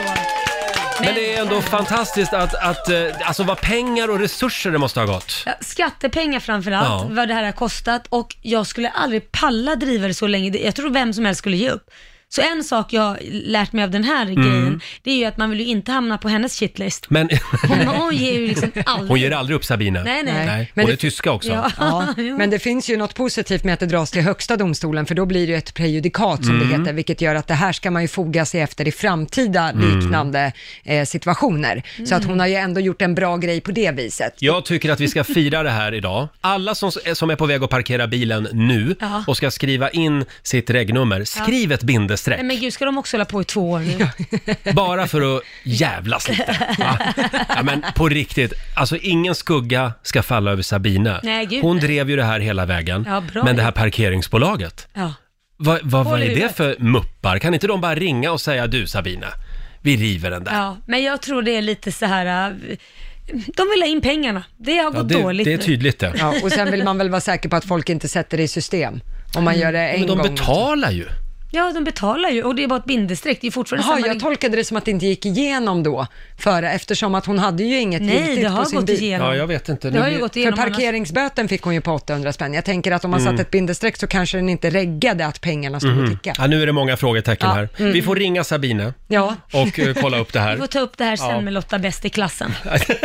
Men det är ändå fantastiskt att, att eh, alltså vad pengar och resurser det måste ha gått. Ja, skattepengar framförallt, Ja. vad det här har kostat, och jag skulle aldrig palla driva det så länge. Det- Jag tror vem som helst skulle ge upp. Så en sak jag har lärt mig av den här grejen, det är ju att man vill ju inte hamna på hennes shitlist. Men Hon, hon ger ju liksom aldrig. hon ger aldrig upp Sabine. Nej, nej. Hon Men är det- tyska också. Ja. Ja, men det finns ju något positivt med att det dras till Högsta domstolen, för då blir det ju ett prejudikat som Mm. det heter, vilket gör att det här ska man ju foga sig efter i framtida Mm. liknande eh, situationer. Så att hon har ju ändå gjort en bra grej på det viset. Jag tycker att vi ska fira det här idag. Alla som, som är på väg att parkera bilen nu Ja. och ska skriva in sitt regnummer, skriv ett bindestreck. Nej, men gud, ska de också hålla på i två år nu? Bara för att jävlas lite. Va? Ja, men på riktigt, alltså ingen skugga ska falla över Sabine. Nej, gud, Hon nej. drev ju det här hela vägen. Ja, bra Men det här gjort. parkeringsbolaget, Ja. vad, vad, vad Håller är vi det med? för muppar? Kan inte de bara ringa och säga du Sabine, vi river den där? Ja, men jag tror det är lite så här. äh, De vill ha in pengarna. Det har Ja, gått det, dåligt det är nu. tydligt det. Ja, och sen vill man väl vara säker på att folk inte sätter det i system. Om man gör det en Men de gång. betalar ju. Ja, de betalar ju och det är bara ett bindestreck. Det är fortfarande Jaha, samma... jag tolkade det som att det inte gick igenom då, för, eftersom att hon hade ju inget Nej, giltigt det har på sin gått bil. igenom. Ja, jag vet inte. Det har ju blir- gått För igenom annars. parkeringsböten fick hon ju på åttahundra spänn. Jag tänker att om man Mm. satte ett bindestreck så kanske den inte reggade att pengarna stod och tickade. Ja, nu är det många frågetecken Ja. här. Mm. Vi får ringa Sabine Ja. och eh, kolla upp det Vi här. får ta upp det här sen Ja. med Lotta bäst i klassen.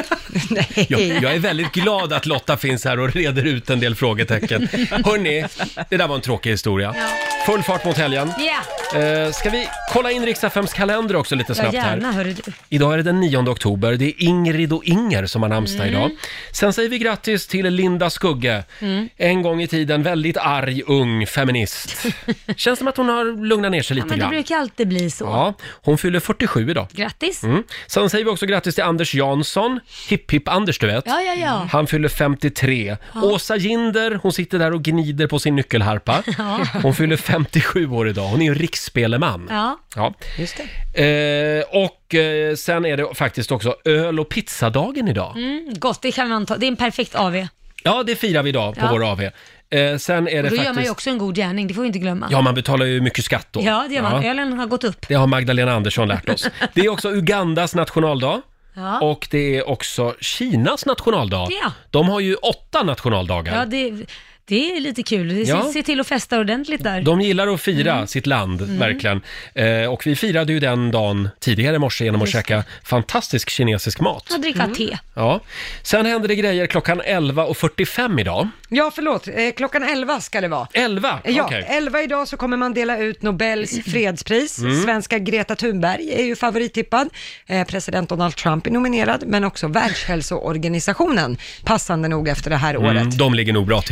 Jag, jag är väldigt glad att Lotta finns här och reder ut en del frågetecken. Hörrni, det där var en tråkig historia. Full fart mot helgen. Ja, Eh, ska vi kolla in Rix F M:s kalender också lite ja snabbt gärna här? hörru du. Idag är det den nionde oktober. Det är Ingrid och Inger som har namnsdag Mm. idag. Sen säger vi grattis till Linda Skugge. Mm. En gång i tiden väldigt arg, ung feminist. Känns som att hon har lugnat ner sig Ja, lite men det grann. brukar alltid bli så. Ja, hon fyller fyrtiosju idag. Grattis. Mm. Sen säger vi också grattis till Anders Jansson. Hipp hipp Anders, du vet. Ja, ja, ja. Han fyller femtiotre. Ja. Åsa Ginder, hon sitter där och gnider på sin nyckelharpa. Ja. Hon fyller femtiosju år idag. Hon är ju riksspeleman. Ja. Ja. Just det. Eh, och eh, sen är det faktiskt också öl- och pizzadagen idag. Mm, gott, det kan man ta. Det är en perfekt A V. Ja, det firar vi idag på Ja. vår A V. Eh, sen är det Och då faktiskt... gör man ju också en god gärning, det får vi inte glömma. Ja, man betalar ju mycket skatt då. Ja, det gör man. Ja. Ölen har gått upp. Det har Magdalena Andersson lärt oss. Det är också Ugandas nationaldag. Ja. Och det är också Kinas nationaldag. Ja. De har ju åtta nationaldagar. Ja, det, det är lite kul. Se, Ja. se till att festa ordentligt där. De gillar att fira Mm. sitt land, Mm. verkligen. Eh, och vi firade ju den dagen tidigare i morse genom att Just käka fantastisk kinesisk mat. Och dricka te. Ja. Sen händer det grejer klockan elva och fyrtiofem idag. Ja, förlåt. Eh, klockan elva ska det vara. elva? Ja, Okej. elva idag så kommer man dela ut Nobels fredspris. Mm. Svenska Greta Thunberg är ju favorittippad. Eh, president Donald Trump är nominerad, men också Världshälsoorganisationen, passande nog efter det här året. Mm, de ligger nog bra till. De ligger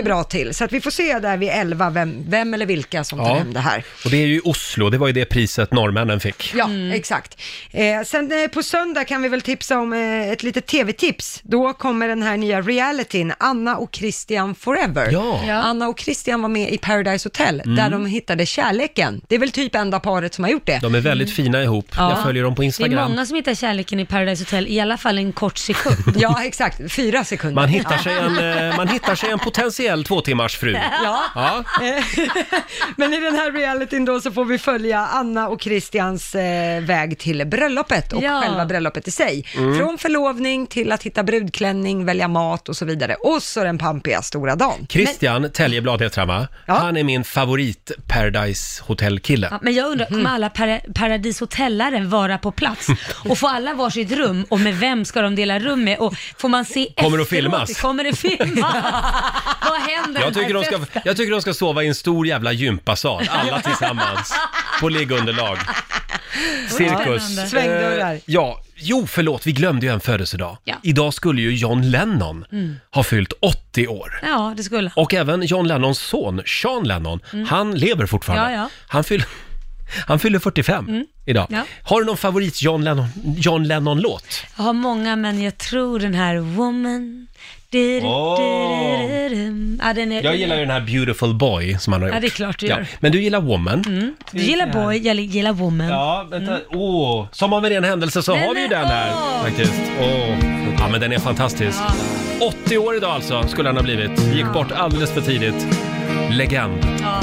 bra till. Så att vi får se där vid elva vem, vem eller vilka som tar Ja. hem det här. Och det är ju Oslo, det var ju det priset norrmännen fick. Ja, exakt. Eh, sen eh, på söndag kan vi väl tipsa om eh, ett litet tv-tips. Då kommer den här nya realityn, Anna och Christian Forever. Ja. Ja. Anna och Christian var med i Paradise Hotel, Mm. där de hittade kärleken. Det är väl typ enda paret som har gjort det. De är väldigt fina ihop. Ja. Jag följer dem på Det är Instagram. många som hittar kärleken i Paradise Hotel, i alla fall en kort sekund. Ja, exakt. Fyra sekunder. Man hittar sig en, eh, man hittar sig en potentiell tvåtimmars fru. Ja. Ja. Men i den här realityn då så får vi följa Anna och Christians eh, väg till bröllopet och Ja. själva bröllopet i sig. Mm. Från förlovning till att hitta brudklänning, välja mat och så vidare. Och så den pampiga stora dagen. Christian Täljeblad heter han va? Ja. Han är min favorit Paradise Hotel-kille. Ja, men jag undrar, kommer alla para, Paradis hotellare vara på plats? Och får alla varsitt rum? Och med vem ska de dela rum med? Och får man se Kommer det efteråt? filmas? Kommer det filmas? Vad händer Jag den tycker, här de ska, festen? jag tycker de ska sova i en stor jävla gympasal, alla tillsammans, på liggunderlag. Cirkus. Spännande. Svängdörrar. Eh, ja, jo förlåt, vi glömde ju en födelsedag. Ja. Idag skulle ju John Lennon Mm. ha fyllt åttio år. Ja, det skulle. Och även John Lennons son, Sean Lennon, Mm. han lever fortfarande. Ja, ja. Han, fyller, han fyller fyrtiofem Mm. idag. Ja. Har du någon favorit John Lennon, John Lennon-låt? Jag har många, men jag tror den här Woman. Du, du, Åh. du, du, du. Ja, den är, Jag gillar ju den här Beautiful Boy som han har gjort. Ja, det är klart du gör. Men du gillar Woman? Mm. Du gillar Boy, jag gillar Woman. Ja, vänta. Åh, Mm. som av en ren händelse så Den har vi ju är- den här åh. faktiskt. Åh. Ja, men den är fantastisk. åttio år idag alltså skulle han ha blivit. Gick bort alldeles för tidigt. Legend. Ja.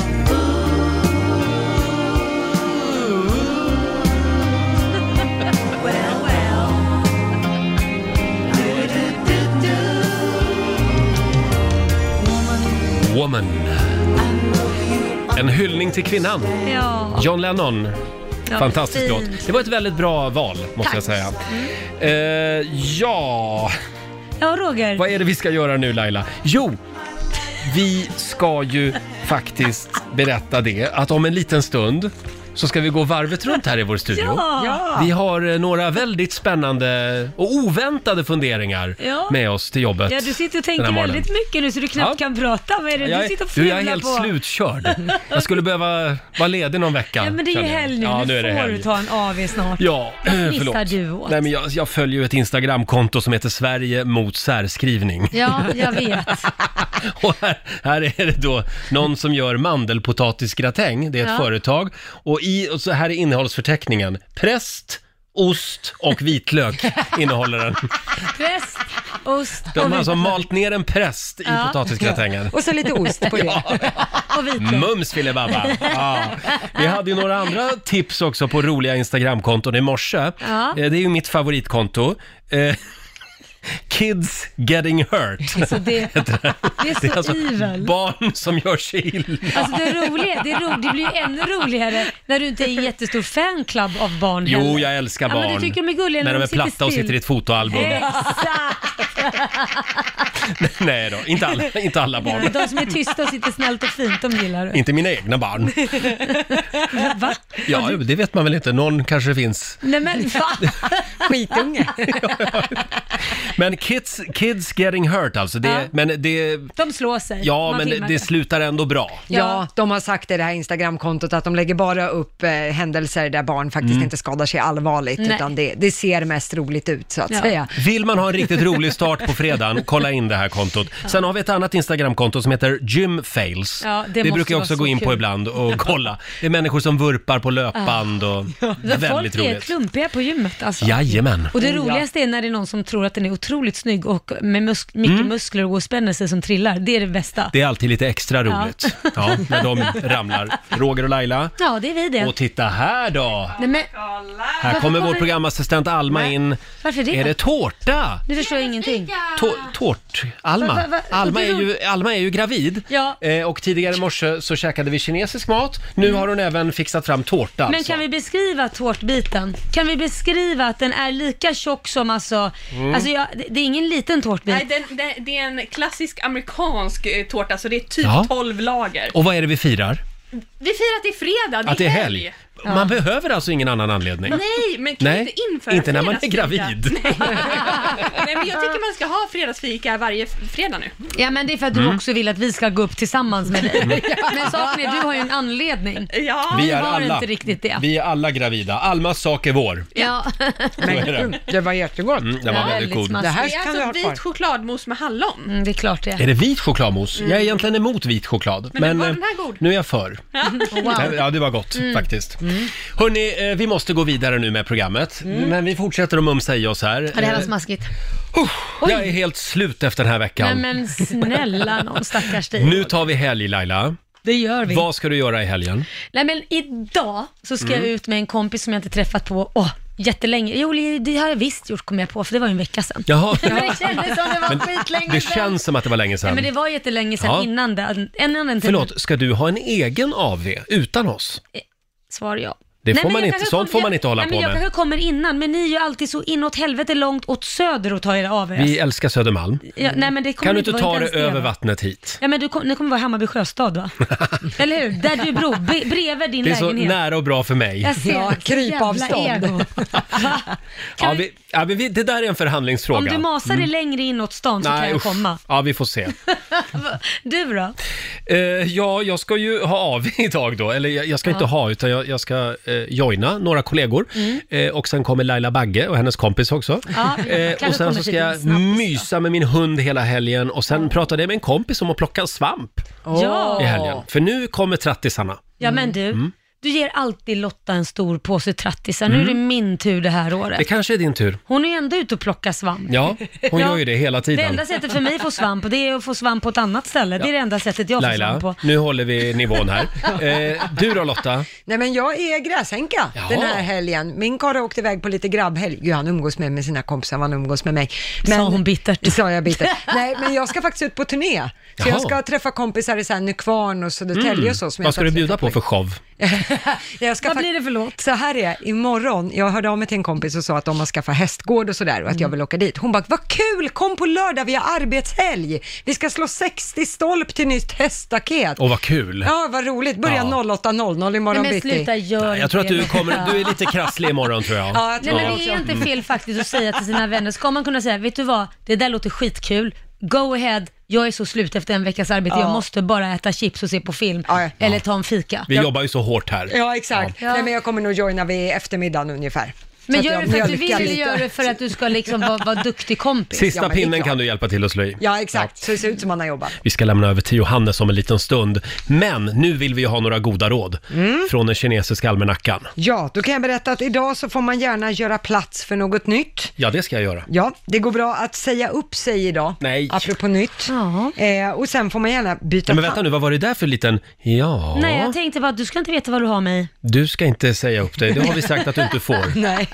Woman. En hyllning till kvinnan. Ja. John Lennon. Ja, Fantastisk fint. låt. Det var ett väldigt bra val, måste Tack. jag säga. Eh, ja, Ja, Roger. vad är det vi ska göra nu Laila? Jo, vi ska ju faktiskt berätta det att om en liten stund så ska vi gå varvet runt här i vår studio. Ja. Vi har eh, några väldigt spännande och oväntade funderingar Ja. med oss till jobbet. Ja, du sitter och den tänker här morgonen. väldigt mycket nu så du knappt Ja. kan prata. Vad är det Jag du sitter och är, du, fnular jag är helt på? slutkörd. Jag skulle behöva vara ledig någon vecka. Ja, men det är ju känner jag. helg nu. Ja, nu nu är det får helg. du ta en A V snart. Ja, Vad missar förlåt. du åt? Nej, men jag, jag följer ju ett Instagramkonto som heter Sverige mot särskrivning. Ja, jag vet. Och här, här är det då någon som gör mandelpotatisgratäng, det är ett Ja. företag. Och, i, och så här är innehållsförteckningen. Präst, ost och vitlök innehåller den. Präst, ost De och har alltså vitlök. malt ner en präst i Ja. potatisgratängen. Och så lite ost på det. Ja. Och vitlök. Mums filibabba. Ja. Vi hade ju några andra tips också på roliga Instagramkonton i morse. Ja. Eh, Det är ju mitt favoritkonto. Eh, Kids getting hurt. Alltså det, det är så Det är alltså evil. barn som gör sig illa. Alltså det, roliga, det, är ro, det blir ju ännu roligare när du inte är en jättestor fanclub av barn Jo, heller. jag älskar Ja, barn. men du tycker de är gulliga när de är sitter platta och still. sitter i ett fotoalbum. Exakt! Nej då, inte alla, inte alla barn. De som är tysta och sitter snällt och fint, de gillar du. Inte mina egna barn. Va? Ja, det vet man väl inte. Någon kanske finns. Nej men va? Skitunge. Men kids, kids getting hurt alltså. Det, Ja. Men det, De slår sig. ja, Man men det, filmar det slutar ändå bra. Ja, de har sagt i det här Instagramkontot att de lägger bara upp eh, händelser där barn faktiskt Mm. inte skadar sig allvarligt, Nej. utan det, det ser mest roligt ut så att Ja. säga. Vill man ha en riktigt rolig start på fredagen, kolla in det här kontot. Sen har vi ett annat Instagramkonto som heter Gym Fails. Ja, det det måste brukar jag vara också så gå in på kul. ibland och kolla. Det är människor som vurpar på löpband och väldigt Folk är roligt. klumpiga på gymmet alltså. Jajamän. Och det Ja. roligaste är när det är någon som tror att den är otroligt snygg och med mus- mycket Mm. muskler och spännelse som trillar. Det är det bästa. Det är alltid lite extra roligt. Ja, när de ramlar. Roger och Laila. Ja, det är vi det. Och titta här då! Nej, men, Här kommer vår programassistent Alma in. varför det? Är det tårta? Nu förstår jag ingenting. Tå- Tårt? Alma? Va- va- va- Alma, och är du- ju, Alma är ju gravid. Ja. Eh, och tidigare i morse så käkade vi kinesisk mat. Nu har hon även fixat fram tårta Men alltså. kan vi beskriva tårtbiten? Kan vi beskriva att den är lika tjock som alltså, Mm. alltså jag, det, det är ingen liten tårtbit. Nej, den, det, det är en klassisk amerikansk eh, tårta, så det är typ Ja. tolv lager. Och vad är det vi firar? Vi firar att det är fredag, det är, Att det är helg. helg. Man ja. behöver alltså ingen annan anledning. Nej, men kan Nej, inte införa inte när man är gravid. Nej. Nej, men jag tycker man ska ha fredagsfika varje fredag nu. Ja, men det är för att du mm. också vill att vi ska gå upp tillsammans med dig. Mm. Men saken är, du har ju en anledning. Ja, vi är har alla, inte riktigt det. Vi är alla gravida. Almas sak är vår. Ja. Men det. det var jättegott. Mm, det var ja, väldigt god. Det här det är alltså vit chokladmousse med hallon. Mm, det är klart det. Är det vit chokladmousse? Mm. Jag är egentligen emot vit choklad. Men, men var den här god? Nu är jag för. Wow. Ja, det var gott mm. faktiskt. Mm. Hörrni, vi måste gå vidare nu med programmet. Mm. Men vi fortsätter att mumsa i oss här. Ja, det här var smaskigt. Uh, jag är helt slut efter den här veckan. Nej, men snälla någon stackars dig. Nu tar vi helg, Laila. Det gör vi. Vad ska du göra i helgen? Nej, men idag så ska Mm. jag ut med en kompis som jag inte träffat på åh, jättelänge. Jo, det har jag visst gjort, kom jag på, för det var ju en vecka sedan. Jaha. Men det kändes som det var Men skitlänge det sedan. känns som att det var länge sedan. Nej, men det var jättelänge sedan Ja. innan det. En annan Förlåt, ska du ha en egen A V utan oss? Svar ja. Det får Nej, man jag inte, kanske sånt kom- får man inte hålla nej, på men jag med. kanske kommer innan, men ni är ju alltid så inåt helvete långt åt söder och tar er av er. Vi älskar Södermalm. Ja, nej, men det kommer Kan du inte vara ta det ens det, över va? vattnet hit? Ja, men du, kom, ni kommer vara hemma vid Sjöstad, va? Eller hur? Där du bor, be, bredvid din Det är så lägenhet. nära och bra för mig. Jag ser, Ja, krypavstånd. jävla ego. Ja, vi, ja, men vi, det där är en förhandlingsfråga. Om du masar dig längre inåt stan så Nej, kan jag usch. komma. Ja, vi får se. Du då? Eh, ja, jag ska ju ha A V idag då. Eller jag, jag ska Ja. inte ha, utan jag, jag ska eh, joina några kollegor. Mm. Eh, och sen kommer Laila Bagge och hennes kompis också. Ja, Eh, kanske och sen kommer så ska till jag en snabbis då. mysa med min hund hela helgen. Och sen pratade jag med en kompis om att plocka svamp Ja. i helgen. För nu kommer trattisarna. Ja, men du. Mm. Du ger alltid Lotta en stor påse trattisar. Nu är det min tur det här året. Det kanske är din tur. Hon är ju ändå ute och plockar svamp. Ja, hon Ja. gör ju det hela Det tiden. enda sättet för mig att få svamp, det är att få svamp på ett annat ställe. Det är det enda sättet jag får Laila, svamp på. nu håller vi nivån här. Eh, du då Lotta? Nej, men jag är gräshänka Jaha. den här helgen. Min karl åkte iväg på lite grabbhelg. Gud, han umgås med, med sina kompisar, han umgås med mig. Sa hon bittert. Sa jag bittert. Nej, men jag ska faktiskt ut på turné. Så Jaha. jag ska träffa kompisar i så här Nykvarn och Södertälje och så. Som jag Vad ska du inte bjuda träffat på för show? jag ska Vad fa- blir det för låt? Så här är det, imorgon, jag hörde av mig till en kompis och sa att de har skaffat hästgård och sådär och att jag vill åka dit. Hon bara, vad kul, kom på lördag, vi har arbetshelg. Vi ska slå sextio stolp till nytt häststaket. Åh, vad kul. Ja, vad roligt. Börja Ja. åtta noll noll imorgon Nej, men bitti. sluta, gör Jag tror att du, inte kommer, det. du är lite krasslig imorgon tror jag. Ja, jag tror Nej, men det det är också. inte fel faktiskt att säga till sina vänner. Ska man kunna säga, vet du vad, det där låter skitkul. Go ahead, jag är så slut efter en veckas arbete. Ja. Jag måste bara äta chips och se på film. Ja, ja. Eller ta en fika. Vi jobbar ju så hårt här. Ja, exakt. Ja. Nej, men jag kommer nog joina vid eftermiddagen ungefär. Så Men att gör jag det för att du mjölkar vill, lite. eller gör det för att du ska liksom vara, vara duktig kompis? Sista Ja, men det är pinnen klart. kan du hjälpa till att slå i. Ja, exakt. Så det ser ut som man har jobbat. Vi ska lämna över till Johannes om en liten stund. Men nu vill vi ju ha några goda råd Mm. från den kinesiska almanackan. Ja, då kan jag berätta att idag så får man gärna göra plats för något nytt. Ja, det ska jag göra. Ja, det går bra att säga upp sig idag. Nej. Apropå nytt. Ja. Eh, och sen får man gärna byta Ja, men vänta nu, vad var det där för liten... Ja, Nej, jag tänkte bara att du ska inte veta vad du har mig. du ska inte säga upp dig. Det har vi sagt att du inte får. Nej.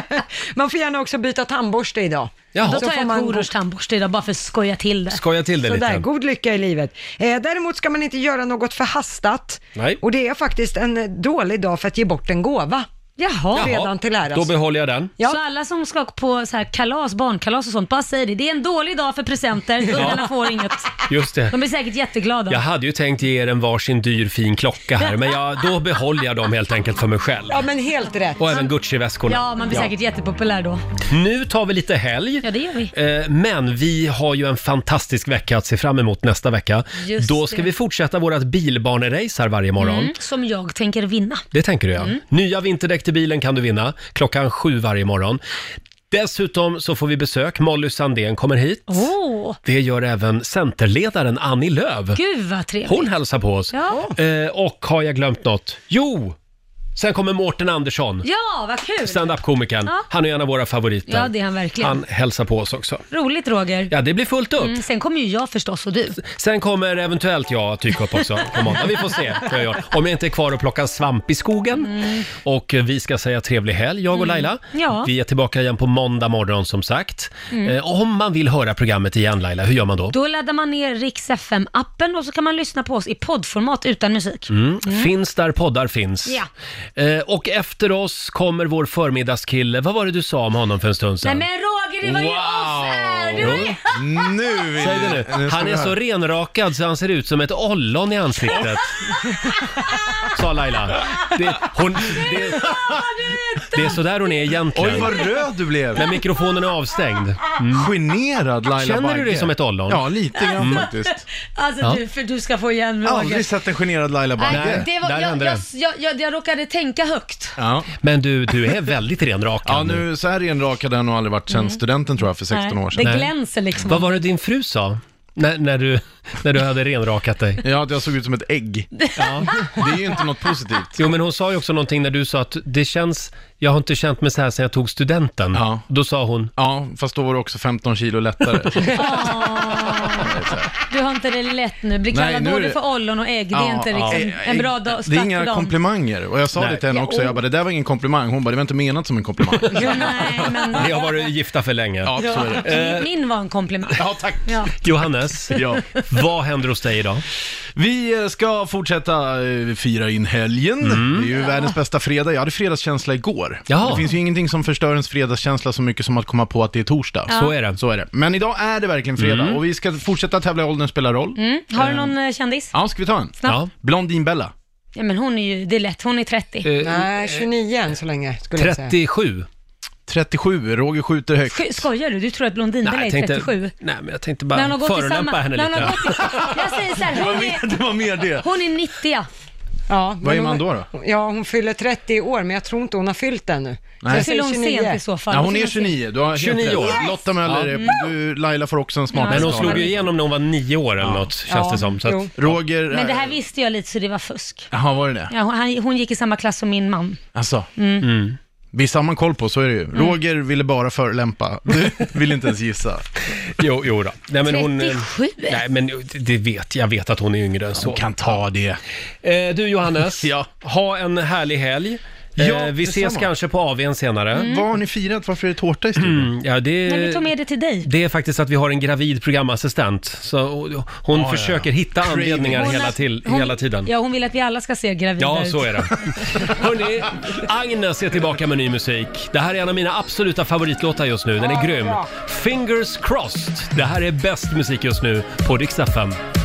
Man får gärna också byta tandborste idag. Jaha. Då Så tar får jag man Korosh tandborste idag bara för att skoja till det. Skoja till det Sådär, lite. god lycka i livet. Eh, däremot ska man inte göra något förhastat. Nej. Och det är faktiskt en eh, dålig dag för att ge bort en gåva. Jaha. Redan till äras. Då behåller jag den. Ja. Så alla som ska på så här kalas, barnkalas och sånt, bara säg det. Det är en dålig dag för presenter. Ungarna får inget. Just det. De blir säkert jätteglada. Jag hade ju tänkt ge er en varsin dyr fin klocka här, men jag, då behåller jag dem helt enkelt för mig själv. Ja, men helt rätt. Och även Gucci-väskorna. Ja, man blir säkert jättepopulär då. Nu tar vi lite helg. Ja, det gör vi. Eh, Men vi har ju en fantastisk vecka att se fram emot nästa vecka. Just Då ska det. vi fortsätta vårat bilbanerace här varje morgon. Mm, som jag tänker vinna. Det tänker du ja. Mm. Nya vinterdäck till bilen kan du vinna klockan sju varje morgon. Dessutom så får vi besök. Molly Sandén kommer hit. Åh, Det gör även centerledaren Annie Lööf. gud vad trevligt. Hon hälsar på oss. Ja. Eh, och har jag glömt något? Jo! Sen kommer Mårten Andersson. Ja, vad kul. Stand-up-komikern. Ja. Han är en av våra favoriter. Ja, det är han verkligen. Han hälsar på oss också. Roligt, Roger. Ja, det blir fullt upp. Mm, sen kommer ju jag förstås och du. Sen kommer eventuellt jag att dyka upp också på måndag. Vi får se vad jag gör. Om jag inte är kvar och plockar svamp i skogen. Mm. Och vi ska säga trevlig helg, jag och Laila. Ja. Vi är tillbaka igen på måndag morgon som sagt. Mm. Eh, om man vill höra programmet igen, Laila, hur gör man då? Då laddar man ner Rix F M-appen och så kan man lyssna på oss i poddformat utan musik. Mm. Finns där poddar finns. Ja. Eh, och efter oss kommer vår förmiddagskille. Vad var det du sa om honom för en stund sedan? Nej men Roger, det var ju off-air! Du är... Nu vill Säg det nu. nu ska Han vi är höra. så renrakad så han ser ut som ett ollon i ansiktet. Sa Laila. Det, hon, det, det är så där hon är egentligen. Oj, vad röd du blev. När mikrofonen är avstängd. Mm. Generad Laila Känner Bagge. du dig som ett ollon? Ja, lite grann Mm. faktiskt. Alltså Ja. du, för du ska få igen Roger. Aldrig sett en generad Laila Bagge. Nej, det var, där jag, hände jag, det. jag, jag, jag råkade tänka högt. Ja. Men du, du är väldigt renrakad. Ja, nu så här renrakad har jag nog aldrig varit sedan studenten tror jag för sexton Nej, år sedan. det Nej. glänser liksom. Vad var det din fru sa? När, när, du, när du hade renrakat dig? Ja, att jag såg ut som ett ägg. Ja. Det är ju inte något positivt. Jo, men hon sa ju också någonting när du sa att det känns, jag har inte känt mig så här sedan jag tog studenten. Ja. Då sa hon, Ja, fast då var det också femton kilo lättare. Du har inte det lätt nu. Blir Nej, kallad nu är både det- för ollon och ägg. Det är Ja, inte ja. liksom en bra dag, Det start är för inga dagen. komplimanger. Och jag sa Nej. det till henne Ja, också. Jag bara, det där var ingen komplimang. Hon bara, det var inte menat som en komplimang. Nej, men... ni har varit gifta för länge. Ja, så är det. Eh, Min, min var en komplimang. Ja, tack. Ja. Johannes, Ja. vad händer hos dig idag? Vi ska fortsätta eh, fira in helgen. Det är ju världens bästa fredag. Jag hade fredagskänsla igår. Ja. Det finns ju ingenting som förstör ens fredagskänsla så mycket som att komma på att det är torsdag. Så är det. Så är det. Men idag är det verkligen fredag och vi ska fortsätta tävla i Åldern spelar roll. Mm. Har du någon eh, kändis? Ja, ska vi ta en? Ja. Blondinbella. Ja, men hon är ju, det är lätt. Hon är trettio. Eh, Nej, tjugonio än så länge skulle jag säga. trettiosju. trettiosju, Roger skjuter högt. Sk- Skojar du? Du tror att Blondinbella Nej, är jag tänkte, trettiosju? nej, men jag tänkte När hon bara har gått i förolämpa samma... henne när hon lite. har gått i... Jag säger så här, hon är, Det var mer det. hon är nittio. Ja, Vad är men man hon- då då? Ja, hon fyller trettio år, men jag tror inte hon har fyllt ännu. Nej. Så jag Fyller säger hon tjugonio. sent i så fall? Ja, Då hon är fyller sent. tjugonio. Du har helt tjugonio rätt. år. Lotta Möller, Ja. är- du, Laila får också en smart Men hon skala. slog ju igenom när hon var nio år eller något, känns Ja, det som. Så att, jo. Roger... Men det här visste jag lite så det var fusk. Jaha, var det det? Ja, hon, han, hon gick i samma klass som min man. Alltså. mm. Vissa har man koll på, så är det ju. Roger ville bara förelämpa. Du vill inte ens gissa. Jo, jo då. Nej, men hon, trettiosju? nej, men det vet, jag vet att hon är yngre än så. Hon kan ta det. Eh, du Johannes, Ja. ha en härlig helg. Ja, eh, vi ses detsamma. kanske på A V:n senare. Vad har ni firat? Varför är det tårta i studion? Mm, ja, det, Men vi tog med det till dig. det är faktiskt att vi har en gravid programassistent. Så hon Ja, försöker ja. hitta Craving. anledningar Hon hela, har- till, hon- hela tiden. Ja, hon vill att vi alla ska se gravida Ja, ut. så är det. Hörrni, Agnes är tillbaka med ny musik. Det här är en av mina absoluta favoritlåtar just nu. Den är grym. Fingers crossed. Det här är bäst musik just nu på Rix F M.